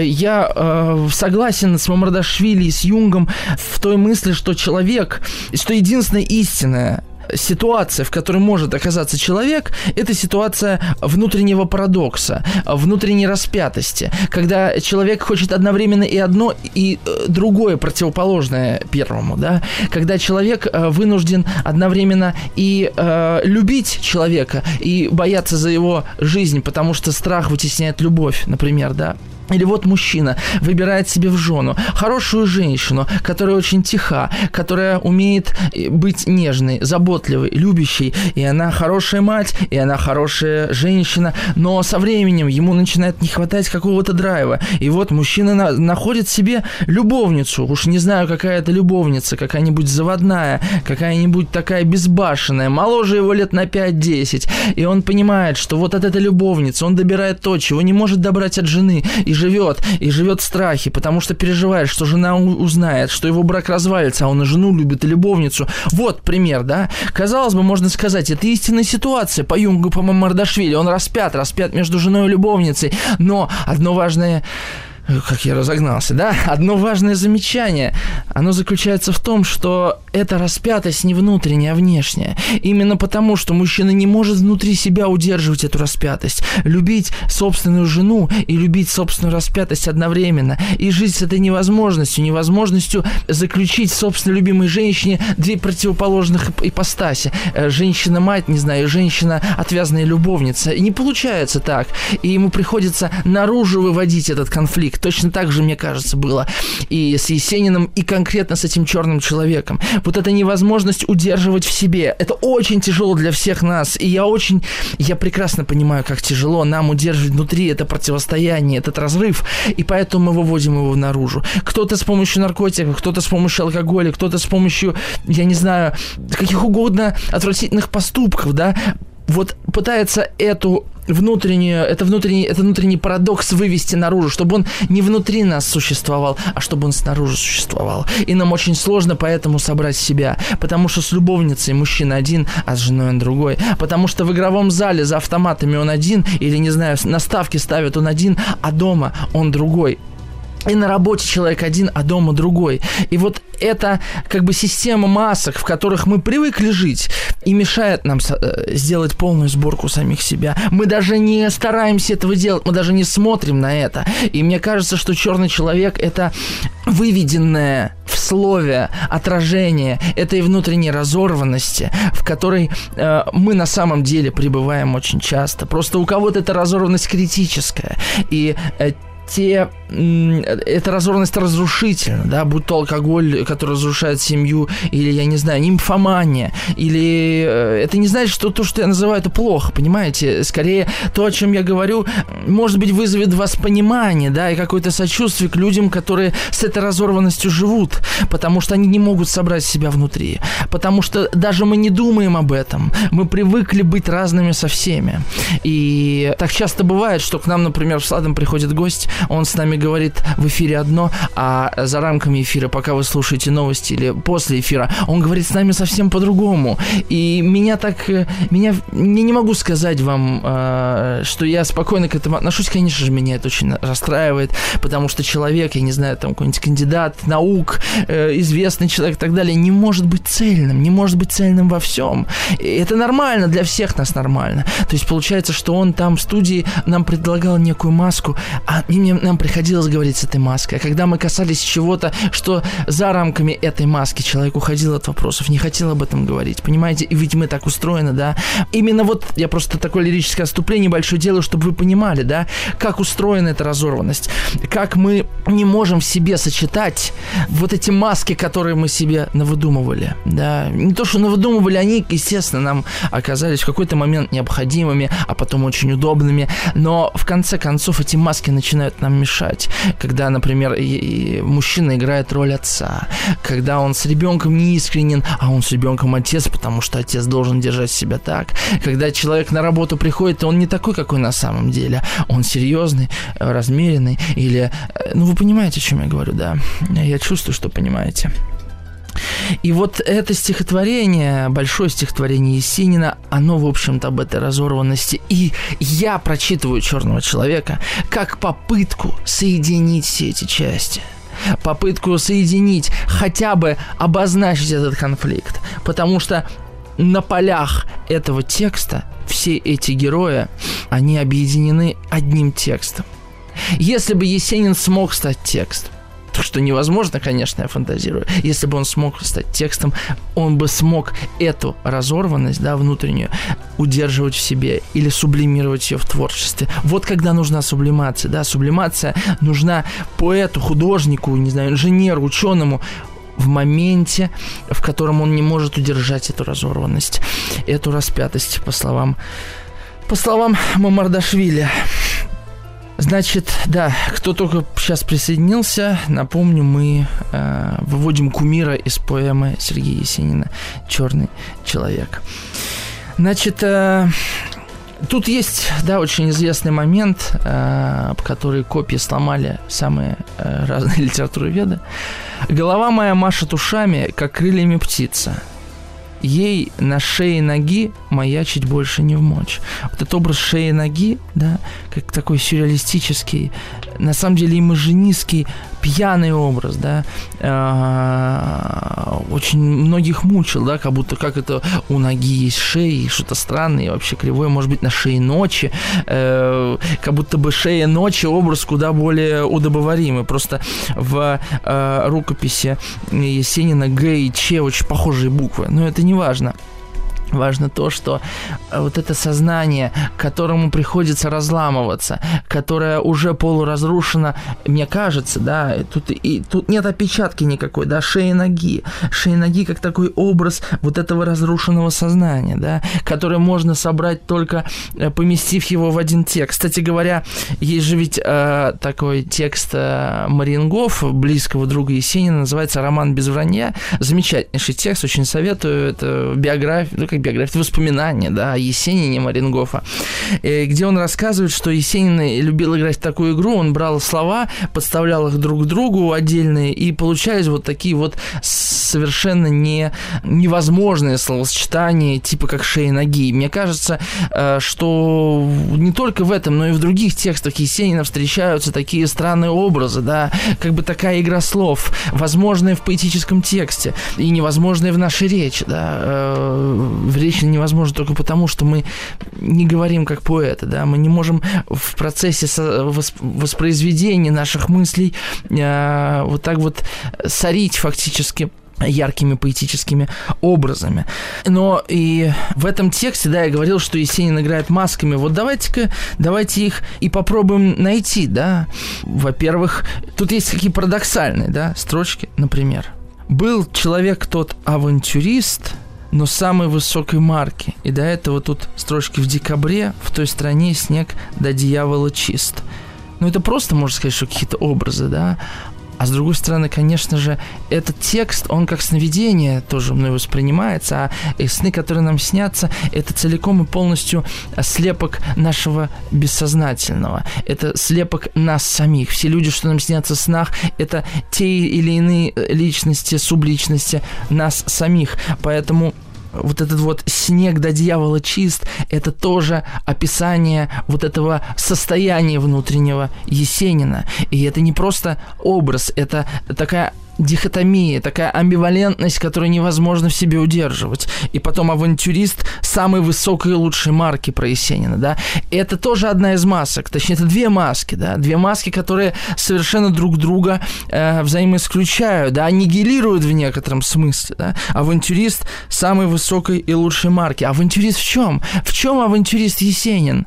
Я согласен с Мамардашвили и с Юнгом в той мысли, что человек, что единственная истинная ситуация, в которой может оказаться человек, это ситуация внутреннего парадокса, внутренней распятости, когда человек хочет одновременно и одно, и другое противоположное первому, да, когда человек вынужден одновременно и любить человека, и бояться за его жизнь, потому что страх вытесняет любовь, например, да. Или вот мужчина выбирает себе в жену хорошую женщину, которая очень тиха, которая умеет быть нежной, заботливой, любящей, и она хорошая мать, и она хорошая женщина, но со временем ему начинает не хватать какого-то драйва. И вот мужчина находит себе любовницу, уж не знаю, какая это любовница, какая-нибудь заводная, какая-нибудь такая безбашенная, моложе его лет на 5-10, и он понимает, что вот от этой любовницы он добирает то, чего не может добрать от жены, и живет в страхе, потому что переживает, что жена узнает, что его брак развалится, а он и жену любит, и любовницу. Вот пример, да? Казалось бы, можно сказать, это истинная ситуация по Юнгу, по Мамардашвили. Он распят между женой и любовницей. Но одно важное... Как я разогнался, да? Одно важное замечание. Оно заключается в том, что эта распятость не внутренняя, а внешняя. Именно потому, что мужчина не может внутри себя удерживать эту распятость. Любить собственную жену и любить собственную распятость одновременно. И жить с этой невозможностью заключить в собственной любимой женщине две противоположных ипостаси. Женщина-мать, не знаю, женщина-отвязная любовница. И не получается так. И ему приходится наружу выводить этот конфликт. Точно так же, мне кажется, было и с Есениным, и конкретно с этим черным человеком. Вот эта невозможность удерживать в себе. Это очень тяжело для всех нас. И я прекрасно понимаю, как тяжело нам удерживать внутри это противостояние, этот разрыв. И поэтому мы выводим его наружу. Кто-то с помощью наркотиков, кто-то с помощью алкоголя, кто-то с помощью, я не знаю, каких угодно отвратительных поступков, да, вот пытается этот внутренний парадокс вывести наружу, чтобы он не внутри нас существовал, а чтобы он снаружи существовал. И нам очень сложно поэтому собрать себя, потому что с любовницей мужчина один, а с женой он другой, потому что в игровом зале за автоматами он один, или, не знаю, на ставке ставит он один, а дома он другой. И на работе человек один, а дома другой. И вот эта как бы система масок, в которых мы привыкли жить, и мешает нам сделать полную сборку самих себя. Мы даже не стараемся этого делать, мы даже не смотрим на это. И мне кажется, что черный человек — это выведенное в слове отражение этой внутренней разорванности, в которой мы на самом деле пребываем очень часто. Просто у кого-то эта разорванность критическая. И эта разорванность разрушительна, да, будь то алкоголь, который разрушает семью, или, я не знаю, нимфомания, или это не значит, что то, что я называю, это плохо, понимаете? Скорее, то, о чем я говорю, может быть, вызовет в вас понимание, да, и какое-то сочувствие к людям, которые с этой разорванностью живут, потому что они не могут собрать себя внутри, потому что даже мы не думаем об этом, мы привыкли быть разными со всеми. И так часто бывает, что к нам, например, в Сладом приходит гость, он с нами говорит в эфире одно, а за рамками эфира, пока вы слушаете новости или после эфира, он говорит с нами совсем по-другому. И я не могу сказать вам, что я спокойно к этому отношусь. Конечно же, меня это очень расстраивает, потому что человек, я не знаю, там какой-нибудь кандидат наук, известный человек и так далее, не может быть цельным во всем. И это нормально, для всех нас нормально. То есть получается, что он там в студии нам предлагал некую маску, а нам приходилось говорить с этой маской. А когда мы касались чего-то, что за рамками этой маски, человек уходил от вопросов, не хотел об этом говорить, понимаете? И ведь мы так устроены, да? Именно вот я просто такое лирическое отступление большое делаю, чтобы вы понимали, да, как устроена эта разорванность, как мы не можем в себе сочетать вот эти маски, которые мы себе навыдумывали, да? Не то, что навыдумывали, они, естественно, нам оказались в какой-то момент необходимыми, а потом очень удобными, но в конце концов эти маски начинают нам мешать. Когда, например, мужчина играет роль отца, когда он с ребенком не искренен, а он с ребенком отец, потому что отец должен держать себя так. Когда человек на работу приходит, он не такой, какой на самом деле. Он серьезный, размеренный, или... Ну, вы понимаете, о чем я говорю, да? Я чувствую, что понимаете. И вот это стихотворение, большое стихотворение Есенина, оно, в общем-то, об этой разорванности. И я прочитываю «Черного человека» как попытку соединить все эти части. Попытку соединить, хотя бы обозначить этот конфликт. Потому что на полях этого текста все эти герои, они объединены одним текстом. Если бы Есенин смог стать текстом, то, что невозможно, конечно, я фантазирую. Если бы он смог стать текстом, он бы смог эту разорванность, да, внутреннюю, удерживать в себе или сублимировать ее в творчестве. Вот когда нужна сублимация, да, сублимация нужна поэту, художнику, не знаю, инженеру, ученому в моменте, в котором он не может удержать эту разорванность, эту распятость, по словам Мамардашвили. Значит, да, кто только сейчас присоединился, напомню, мы выводим кумира из поэмы Сергея Есенина «Черный человек». Значит, тут есть, да, очень известный момент, который копии сломали самые разные литературоведы. «Голова моя машет ушами, как крыльями птица. Ей на шее ноги маячить больше не вмочь». Вот этот образ шеи ноги, да, как такой сюрреалистический, на самом деле имажинистский, пьяный образ, да, очень многих мучил, да, как будто как это у ноги есть шея, что-то странное, и вообще кривое, может быть, на шее ночи, как будто бы шея ночи образ куда более удобоваримый. Просто в рукописи Есенина Г и Ч очень похожие буквы, но это не важно. Важно то, что вот это сознание, которому приходится разламываться, которое уже полуразрушено, мне кажется, да, тут нет опечатки никакой, да, шеи ноги как такой образ вот этого разрушенного сознания, да, которое можно собрать только поместив его в один текст. Кстати говоря, есть же ведь такой текст Мариенгофа, близкого друга Есенина, называется «Роман без вранья». Замечательнейший текст, очень советую. Это биография, воспоминания, да, о Есенине Мариенгофа, где он рассказывает, что Есенин любил играть в такую игру, он брал слова, подставлял их друг к другу отдельные, и получались вот такие вот совершенно невозможные словосочетания, типа как шеи ноги. И мне кажется, что не только в этом, но и в других текстах Есенина встречаются такие странные образы, да, как бы такая игра слов, возможная в поэтическом тексте и невозможная в нашей речи, да. В речи невозможно только потому, что мы не говорим как поэты, да, мы не можем в процессе воспроизведения наших мыслей вот так вот сорить фактически яркими поэтическими образами. Но и в этом тексте, да, я говорил, что Есенин играет масками. Вот давайте их и попробуем найти, да. Во-первых, тут есть какие парадоксальные, да, строчки, например. «Был человек тот авантюрист, но самой высокой марки. И до этого тут строчки: в декабре в той стране снег до дьявола чист». Ну, это просто, можно сказать, что какие-то образы, да. А с другой стороны, конечно же, этот текст, он как сновидение тоже мной воспринимается, а сны, которые нам снятся, это целиком и полностью слепок нашего бессознательного. Это слепок нас самих. Все люди, что нам снятся в снах, это те или иные личности, субличности нас самих. Поэтому вот этот вот «снег до дьявола чист» — это тоже описание вот этого состояния внутреннего Есенина. И это не просто образ, это такая дихотомия, такая амбивалентность, которую невозможно в себе удерживать. И потом авантюрист самой высокой и лучшей марки про Есенина, да. Это тоже одна из масок, точнее, это две маски, да, две маски, которые совершенно друг друга взаимоисключают, да, аннигилируют в некотором смысле, да. Авантюрист самой высокой и лучшей марки. Авантюрист в чем? В чем авантюрист Есенин?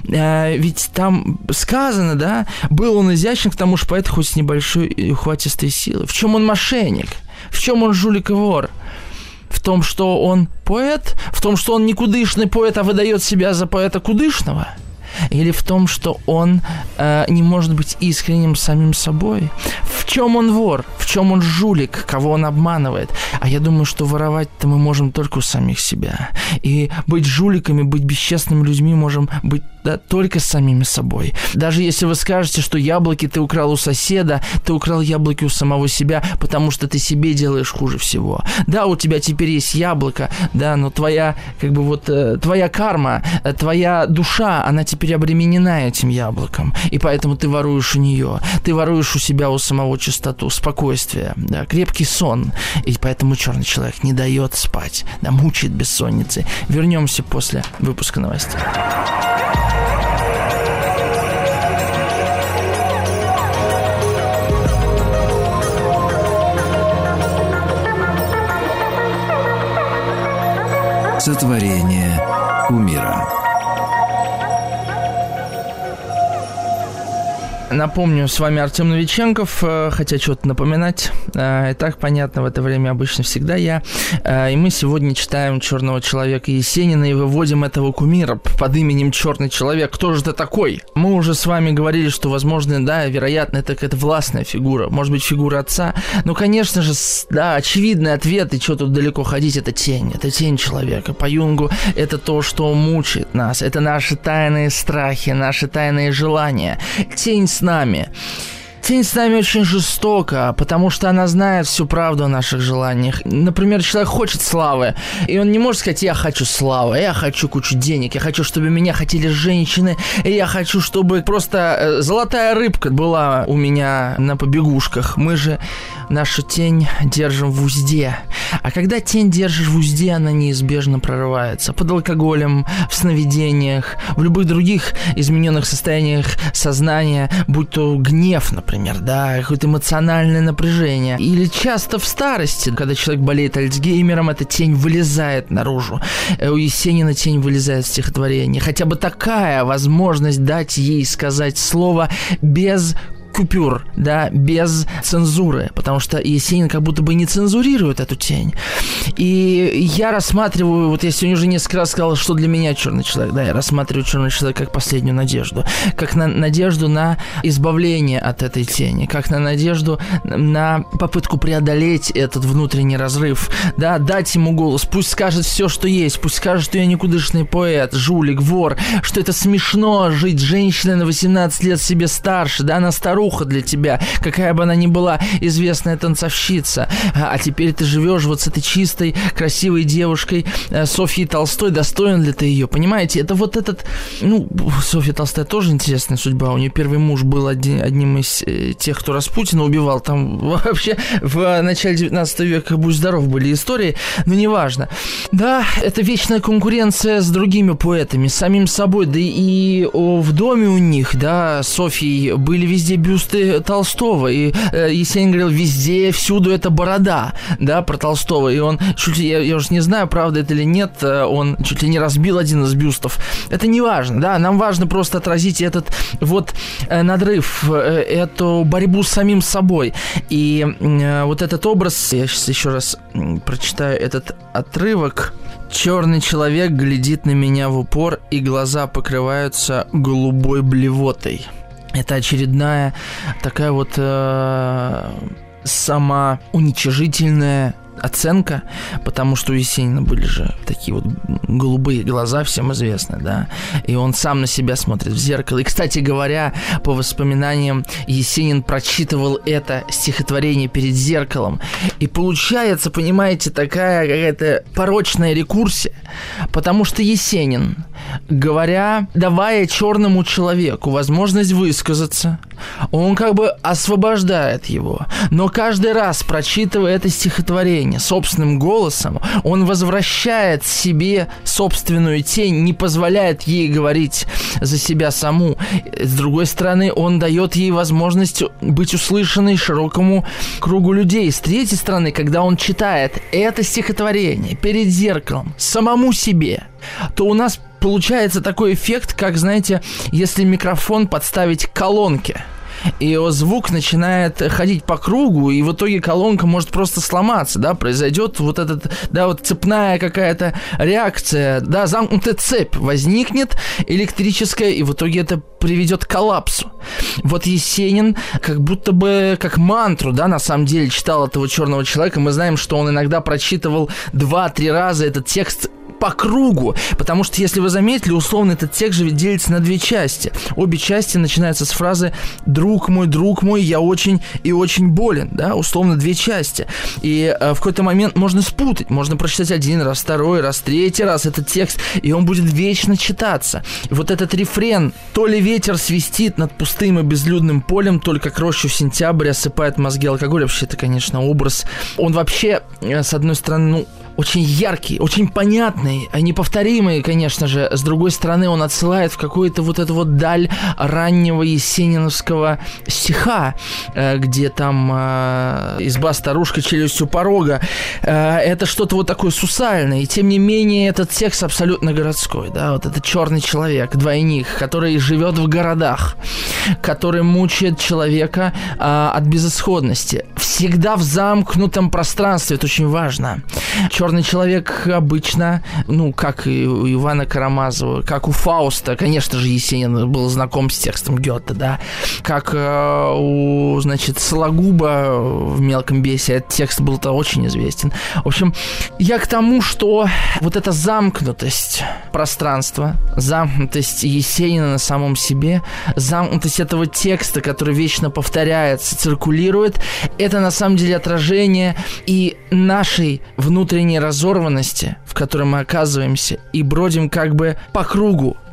Ведь там сказано, да, был он изящен, к тому же поэт хоть с небольшой и ухватистой силой. В чем он мошенник? В чем он жулик и вор? В том, что он поэт? В том, что он никудышный поэт, а выдает себя за поэта кудышного? Или в том, что он не может быть искренним самим собой? В чем он вор? В чем он жулик? Кого он обманывает? А я думаю, что воровать-то мы можем только у самих себя. И быть жуликами, быть бесчестными людьми можем быть, да, только с самими собой. Даже если вы скажете, что яблоки ты украл у соседа, ты украл яблоки у самого себя, потому что ты себе делаешь хуже всего. Да, у тебя теперь есть яблоко, да, но твоя, как бы вот, твоя карма, твоя душа, она теперь обременена этим яблоком, и поэтому ты воруешь у нее. Ты воруешь у себя у самого чистоту, спокойствие, да, крепкий сон. И поэтому черный человек не дает спать, да, мучает бессонницей. Вернемся после выпуска новостей. Сотворение кумира. Напомню, с вами Артем Новиченков, хотя что-то напоминать. И так понятно, в это время обычно всегда я. И мы сегодня читаем «Черного человека» Есенина и выводим этого кумира под именем «Черный человек». Кто же это такой? Мы уже с вами говорили, что, возможно, да, вероятно, это какая-то властная фигура. Может быть, фигура отца. Ну, конечно же, да, очевидный ответ, и что тут далеко ходить, это тень. Это тень человека. По Юнгу это то, что мучает нас. Это наши тайные страхи, наши тайные желания. Тень с нами. Тень с нами очень жестока, потому что она знает всю правду о наших желаниях. Например, человек хочет славы, и он не может сказать: я хочу славы, я хочу кучу денег, я хочу, чтобы меня хотели женщины, и я хочу, чтобы просто золотая рыбка была у меня на побегушках. Мы же нашу тень держим в узде. А когда тень держишь в узде, она неизбежно прорывается. Под алкоголем, в сновидениях, в любых других измененных состояниях сознания, будь то гнев, например. например, да, какое-то эмоциональное напряжение. Или часто в старости, когда человек болеет Альцгеймером, эта тень вылезает наружу. У Есенина тень вылезает в стихотворении. Хотя бы такая возможность дать ей сказать слово без купюр, да, без цензуры, потому что Есенин как будто бы не цензурирует эту тень. И я рассматриваю, вот я сегодня уже несколько раз сказал, что для меня черный человек, да, я рассматриваю черный человек как последнюю надежду, как на надежду на избавление от этой тени, как на надежду на попытку преодолеть этот внутренний разрыв, да, дать ему голос, пусть скажет все, что есть, пусть скажет, что я никудышный поэт, жулик, вор, что это смешно жить женщиной на 18 лет себе старше, да, она старуха для тебя, какая бы она ни была известная танцовщица, а теперь ты живешь вот с этой чистой, красивой девушкой Софьей Толстой, достоин ли ты ее, понимаете? Это вот этот, Софья Толстая тоже интересная судьба, у нее первый муж был одним из тех, кто Распутина убивал, там вообще в начале 19 века, будь здоров, были истории, но неважно. Да, это вечная конкуренция с другими поэтами, с самим собой, да и в доме у них, да, Софьи были везде бюсты Толстого, и Есенин говорил, везде, всюду это борода, да, про Толстого, и он чуть ли, я уже не знаю, правда это или нет, он чуть ли не разбил один из бюстов. Это не важно, да, нам важно просто отразить этот вот надрыв, эту борьбу с самим собой. И вот этот образ, я сейчас еще раз прочитаю этот отрывок. Черный человек глядит на меня в упор, и глаза покрываются голубой блевотой. Это очередная такая вот самоуничижительная оценка, потому что у Есенина были же такие вот голубые глаза, всем известно, да, и он сам на себя смотрит в зеркало. И, кстати говоря, по воспоминаниям, Есенин прочитывал это стихотворение перед зеркалом, и получается, понимаете, такая какая-то порочная рекурсия, потому что Есенин, давая черному человеку возможность высказаться, он как бы освобождает его, но каждый раз, прочитывая это стихотворение собственным голосом, он возвращает себе собственную тень, не позволяет ей говорить за себя саму. С другой стороны, он дает ей возможность быть услышанной широкому кругу людей. С третьей стороны, когда он читает это стихотворение перед зеркалом самому себе, то у нас получается такой эффект, как, знаете, если микрофон подставить к колонке, и его звук начинает ходить по кругу, и в итоге колонка может просто сломаться, да, произойдет вот этот, да, вот цепная какая-то реакция, да, замкнутая цепь возникнет электрическая, и в итоге это приведет к коллапсу. Вот Есенин как будто бы как мантру, да, на самом деле читал этого черного человека. Мы знаем, что он иногда прочитывал 2-3 раза этот текст по кругу, потому что, если вы заметили, условно этот текст же делится на 2 части. Обе части начинаются с фразы друг мой, я очень и очень болен», да, условно 2 части. И в какой-то момент можно спутать, можно прочитать 1 раз, 2 раз, 3 раз этот текст, и он будет вечно читаться. Вот этот рефрен: «То ли ветер свистит над пустым и безлюдным полем, только к рощу в сентябре осыпает мозги алкоголь». Вообще, это, конечно, образ. Он вообще, с одной стороны, очень яркий, очень понятный, неповторимый, конечно же. С другой стороны, он отсылает в какую-то вот эту вот даль раннего есениновского стиха, где там изба-старушка, челюсть у порога. Это что-то вот такое сусальное. И тем не менее, этот текст абсолютно городской. Да? Вот этот черный человек, двойник, который живет в городах, который мучает человека от безысходности. Всегда в замкнутом пространстве. Это очень важно. Черный человек обычно, как и у Ивана Карамазова, как у Фауста, конечно же, Есенин был знаком с текстом Гёте, да, как у, Сологуба в «Мелком бесе» этот текст был-то очень известен. В общем, я к тому, что вот эта замкнутость пространства, замкнутость Есенина на самом себе, замкнутость этого текста, который вечно повторяется, циркулирует, это на самом деле отражение и нашей внутренней разорванности, в которой мы оказываемся, и бродим как бы по кругу,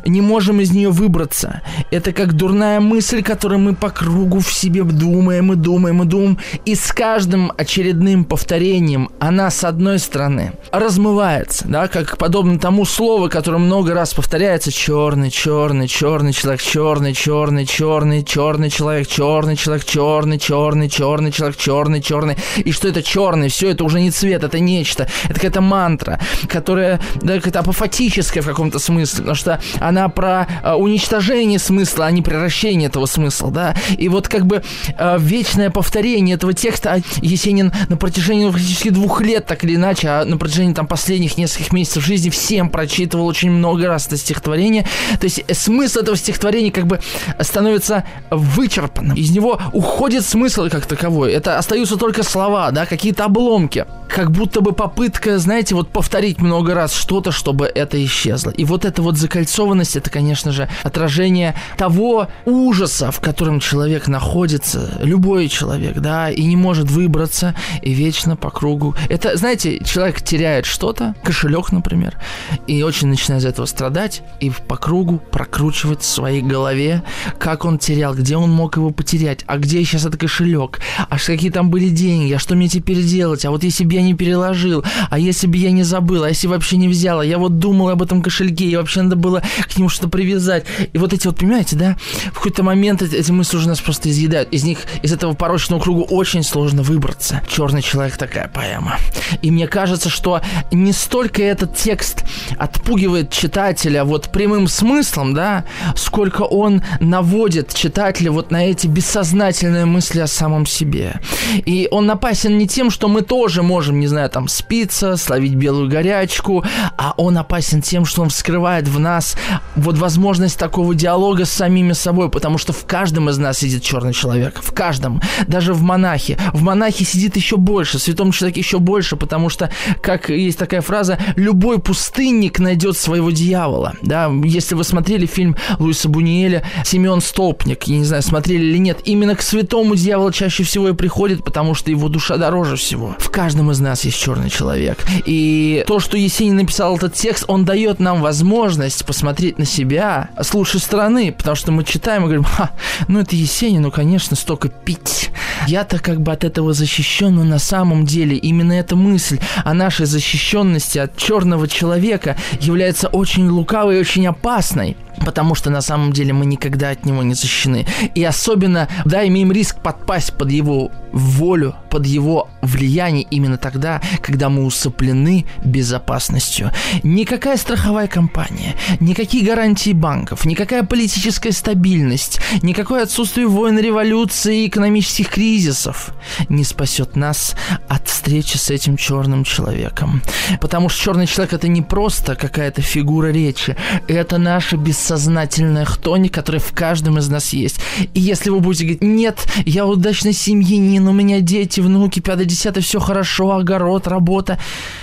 не можем из нее выбраться. Это как дурная мысль, которую мы по кругу в себе думаем и думаем и думаем. И с каждым очередным повторением она, с одной стороны, размывается, да, как подобно тому слову, которое много раз повторяется: черный, черный, черный человек, черный, черный, черный, черный человек, черный человек, черный, черный, черный человек, черный, черный. И что это черный? Все, это уже не цвет, это нечто. Это какая-то мантра, которая, да, какая-то апофатическая в каком-то смысле, потому что она про уничтожение смысла, а не превращение этого смысла, да. И вот как бы вечное повторение этого текста Есенин на протяжении практически 2 лет, так или иначе, а на протяжении там последних нескольких месяцев жизни всем прочитывал очень много раз это стихотворение. То есть смысл этого стихотворения как бы становится вычерпанным. Из него уходит смысл как таковой. Это остаются только слова, да, какие-то обломки. Как будто бы попытка, знаете, вот повторить много раз что-то, чтобы это исчезло. И вот эта вот закольцованность, это, конечно же, отражение того ужаса, в котором человек находится, любой человек, да, и не может выбраться, и вечно по кругу. Это, знаете, человек теряет что-то, кошелек, например, и очень начинает из-за этого страдать, и по кругу прокручивать в своей голове, как он терял, где он мог его потерять, а где сейчас этот кошелек, а какие там были деньги, а что мне теперь делать, а вот если бы я не переложил, а если бы я не забыл, а если вообще не взял, а я вот думал об этом кошельке, и вообще надо было к нему что-то привязать. И вот эти вот, понимаете, да, в какой-то момент эти мысли уже нас просто изъедают. Из этого порочного круга очень сложно выбраться. «Черный человек» — такая поэма. И мне кажется, что не столько этот текст отпугивает читателя вот прямым смыслом, да, сколько он наводит читателя вот на эти бессознательные мысли о самом себе. И он опасен не тем, что мы тоже можем, не знаю, там, спиться, словить белую горячку, а он опасен тем, что он вскрывает в нас вот возможность такого диалога с самими собой, потому что в каждом из нас сидит черный человек, в каждом, даже в монахе. В монахе сидит еще больше, в святом человеке еще больше, потому что, как есть такая фраза, любой пустынник найдет своего дьявола, да, если вы смотрели фильм Луиса Бунюэля «Симеон Столпник», я не знаю, смотрели или нет, именно к святому дьявол чаще всего и приходит, потому что его душа дороже всего. В каждом из нас есть черный человек. И то, что Есенин написал этот текст, он дает нам возможность посмотреть на себя с лучшей стороны, потому что мы читаем и говорим: ну это Есенин, ну конечно, столько пить. Я-то как бы от этого защищен, но на самом деле именно эта мысль о нашей защищенности от черного человека является очень лукавой и очень опасной. Потому что на самом деле мы никогда от него не защищены. И особенно, да, имеем риск подпасть под его волю, под его влияние именно тогда, когда мы усыплены безопасностью. Никакая страховая компания, никакие гарантии банков, никакая политическая стабильность, никакое отсутствие войн, революций и экономических кризисов не спасет нас от встречи с этим черным человеком. Потому что черный человек — это не просто какая-то фигура речи, это наша бессознательная хтонь, которая в каждом из нас есть. И если вы будете говорить: нет, я удачный семьянин, у меня дети, внуки, 5-10, все хорошо, огород, работа.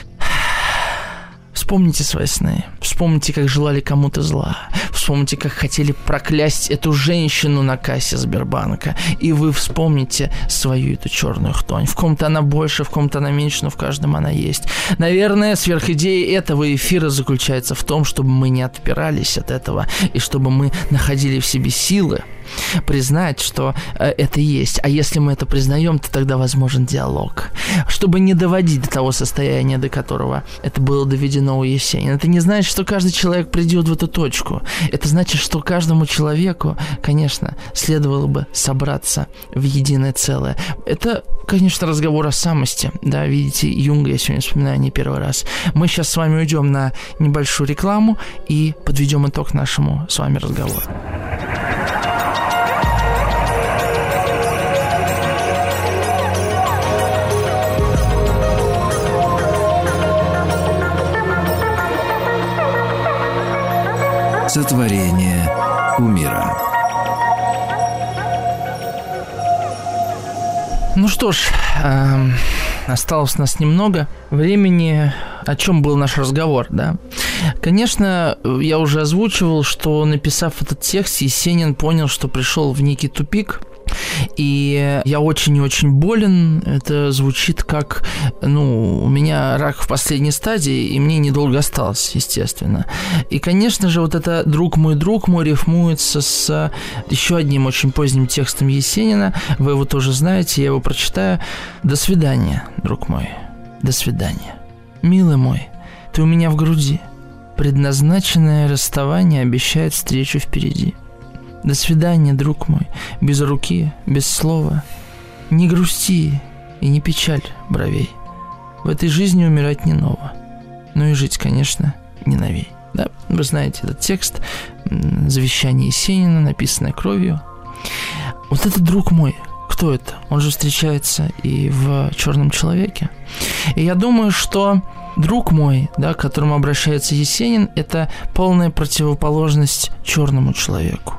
Вспомните свои сны, вспомните, как желали кому-то зла, вспомните, как хотели проклясть эту женщину на кассе Сбербанка, и вы вспомните свою эту черную хтонь. В ком-то она больше, в ком-то она меньше, но в каждом она есть. Наверное, сверхидея этого эфира заключается в том, чтобы мы не отпирались от этого, и чтобы мы находили в себе силы признать, что это есть. А если мы это признаем, то тогда возможен диалог. Чтобы не доводить до того состояния, до которого это было доведено у Есенина. Это не значит, что каждый человек придет в эту точку. Это значит, что каждому человеку, конечно, следовало бы собраться в единое целое. Это, конечно, разговор о самости. Да, видите, Юнга я сегодня вспоминаю не первый раз. Мы сейчас с вами уйдем на небольшую рекламу и подведем итог нашему с вами разговору. Сотворение кумира. Ну что ж, осталось у нас немного времени. О чем был наш разговор, да? Конечно, я уже озвучивал, что, написав этот текст, Есенин понял, что пришел в некий тупик. И я очень и очень болен. Это звучит как, у меня рак в последней стадии, и мне недолго осталось, естественно. И, конечно же, вот это друг мой, рифмуется с еще одним очень поздним текстом Есенина. Вы его тоже знаете, я его прочитаю. «До свидания, друг мой, до свидания. Милый мой, ты у меня в груди. Предназначенное расставание обещает встречу впереди. До свидания, друг мой, без руки, без слова. Не грусти и не печаль бровей. В этой жизни умирать не ново, но и жить, конечно, не новей». Да, вы знаете этот текст, завещание Есенина, написанное кровью. Вот этот друг мой, кто это? Он же встречается и в «Черном человеке». И я думаю, что друг мой, да, к которому обращается Есенин, это полная противоположность черному человеку.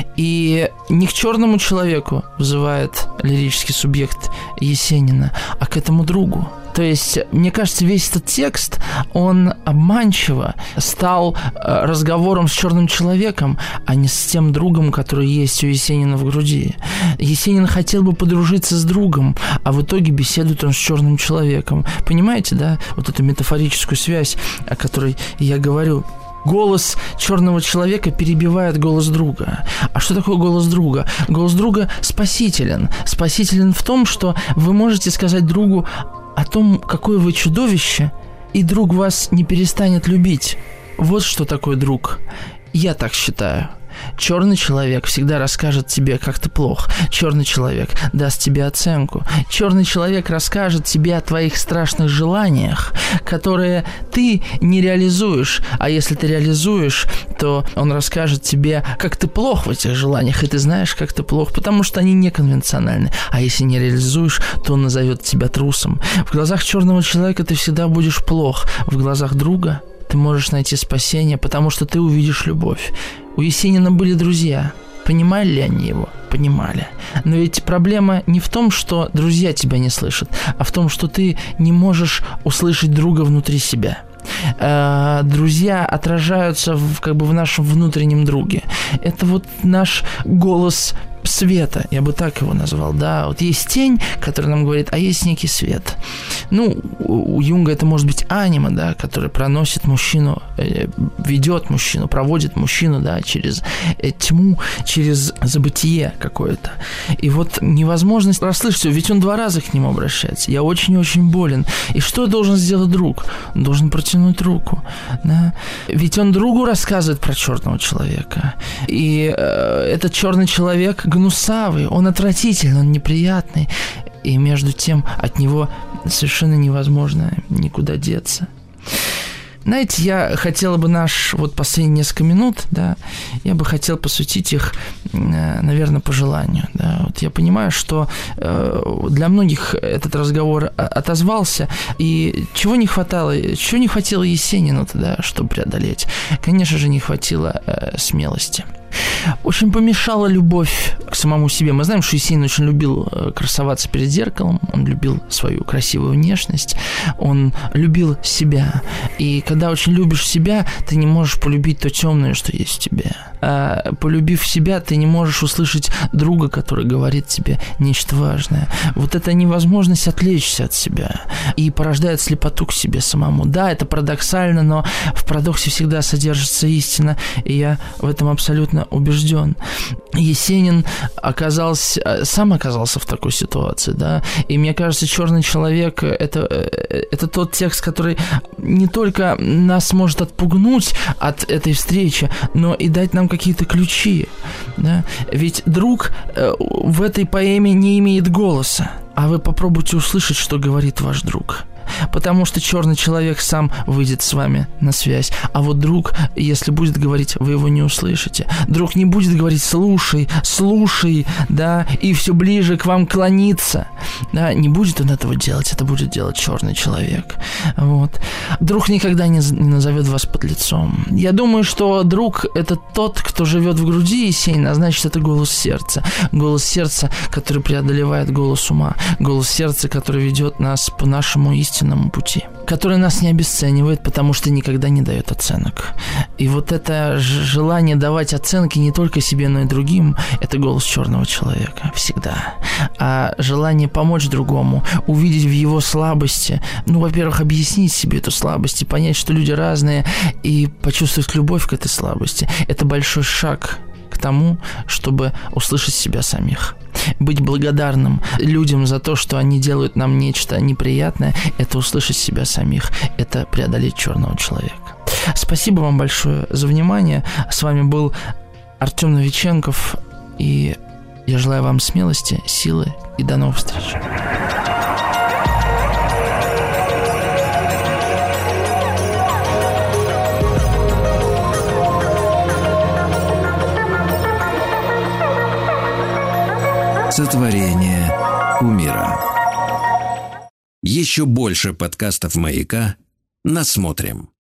И не к черному человеку вызывает лирический субъект Есенина, а к этому другу. То есть, мне кажется, весь этот текст, он обманчиво стал разговором с черным человеком, а не с тем другом, который есть у Есенина в груди. Есенин хотел бы подружиться с другом, а в итоге беседует он с черным человеком. Понимаете, да, вот эту метафорическую связь, о которой я говорю? Голос черного человека перебивает голос друга. А что такое голос друга? Голос друга спасителен. Спасителен в том, что вы можете сказать другу о том, какое вы чудовище, и друг вас не перестанет любить. Вот что такое друг. Я так считаю. Черный человек всегда расскажет тебе, как ты плох. Черный человек даст тебе оценку. Черный человек расскажет тебе о твоих страшных желаниях, которые ты не реализуешь. А если ты реализуешь, то он расскажет тебе, как ты плох в этих желаниях. И ты знаешь, как ты плох, потому что они неконвенциональны. А если не реализуешь, то он назовет тебя трусом. В глазах черного человека ты всегда будешь плох. В глазах друга ты можешь найти спасение, потому что ты увидишь любовь. У Есенина были друзья. Понимали ли они его? Понимали. Но ведь проблема не в том, что друзья тебя не слышат, а в том, что ты не можешь услышать друга внутри себя. Друзья отражаются в нашем внутреннем друге. Это вот наш голос света, я бы так его назвал, да. Вот есть тень, которая нам говорит, а есть некий свет. У Юнга это может быть анима, да, которая проносит мужчину, ведет мужчину, проводит мужчину, да, через тьму, через забытие какое-то. И вот невозможность расслышать его, ведь он 2 раза к нему обращается. Я очень-очень болен. И что должен сделать друг? Он должен протянуть руку, да. Ведь он другу рассказывает про черного человека. И этот черный человек гнусавый, он отвратительный, он неприятный, и между тем от него совершенно невозможно никуда деться. Знаете, я хотела бы последние несколько минут, да, я бы хотел посвятить их, наверное, пожеланию, да. Вот я понимаю, что для многих этот разговор отозвался, и чего не хватило Есенину-то, да, чтобы преодолеть? Конечно же, не хватило смелости. Очень помешала любовь к самому себе. Мы знаем, что Есенин очень любил красоваться перед зеркалом, он любил свою красивую внешность, он любил себя. И когда очень любишь себя, ты не можешь полюбить то темное, что есть в тебе. А полюбив себя, ты не можешь услышать друга, который говорит тебе нечто важное. Вот эта невозможность отвлечься от себя и порождает слепоту к себе самому. Да, это парадоксально, но в парадоксе всегда содержится истина, и я в этом абсолютно убежден. Есенин сам оказался в такой ситуации, да, и мне кажется, «Черный человек» — это тот текст, который не только нас может отпугнуть от этой встречи, но и дать нам какие-то ключи, да, ведь друг в этой поэме не имеет голоса, а вы попробуйте услышать, что говорит ваш друг. Потому что черный человек сам выйдет с вами на связь. А вот друг, если будет говорить, вы его не услышите. Друг не будет говорить «слушай», да, и все ближе к вам клониться. Да, не будет он этого делать, это будет делать черный человек. Вот. Друг никогда не назовет вас подлецом. Я думаю, что друг — это тот, кто живет в груди Есенина, а значит, это голос сердца. Голос сердца, который преодолевает голос ума. Голос сердца, который ведет нас по нашему истинному истинному пути, который нас не обесценивает, потому что никогда не дает оценок. И вот это желание давать оценки не только себе, но и другим – это голос черного человека всегда. А желание помочь другому, увидеть в его слабости, во-первых, объяснить себе эту слабость и понять, что люди разные, и почувствовать любовь к этой слабости – это большой шаг к тому, чтобы услышать себя самих. Быть благодарным людям за то, что они делают нам нечто неприятное, это услышать себя самих, это преодолеть черного человека. Спасибо вам большое за внимание. С вами был Артем Новиченков, и я желаю вам смелости, силы и до новых встреч. Сотворение кумира. Еще больше подкастов «Маяка» насмотрим.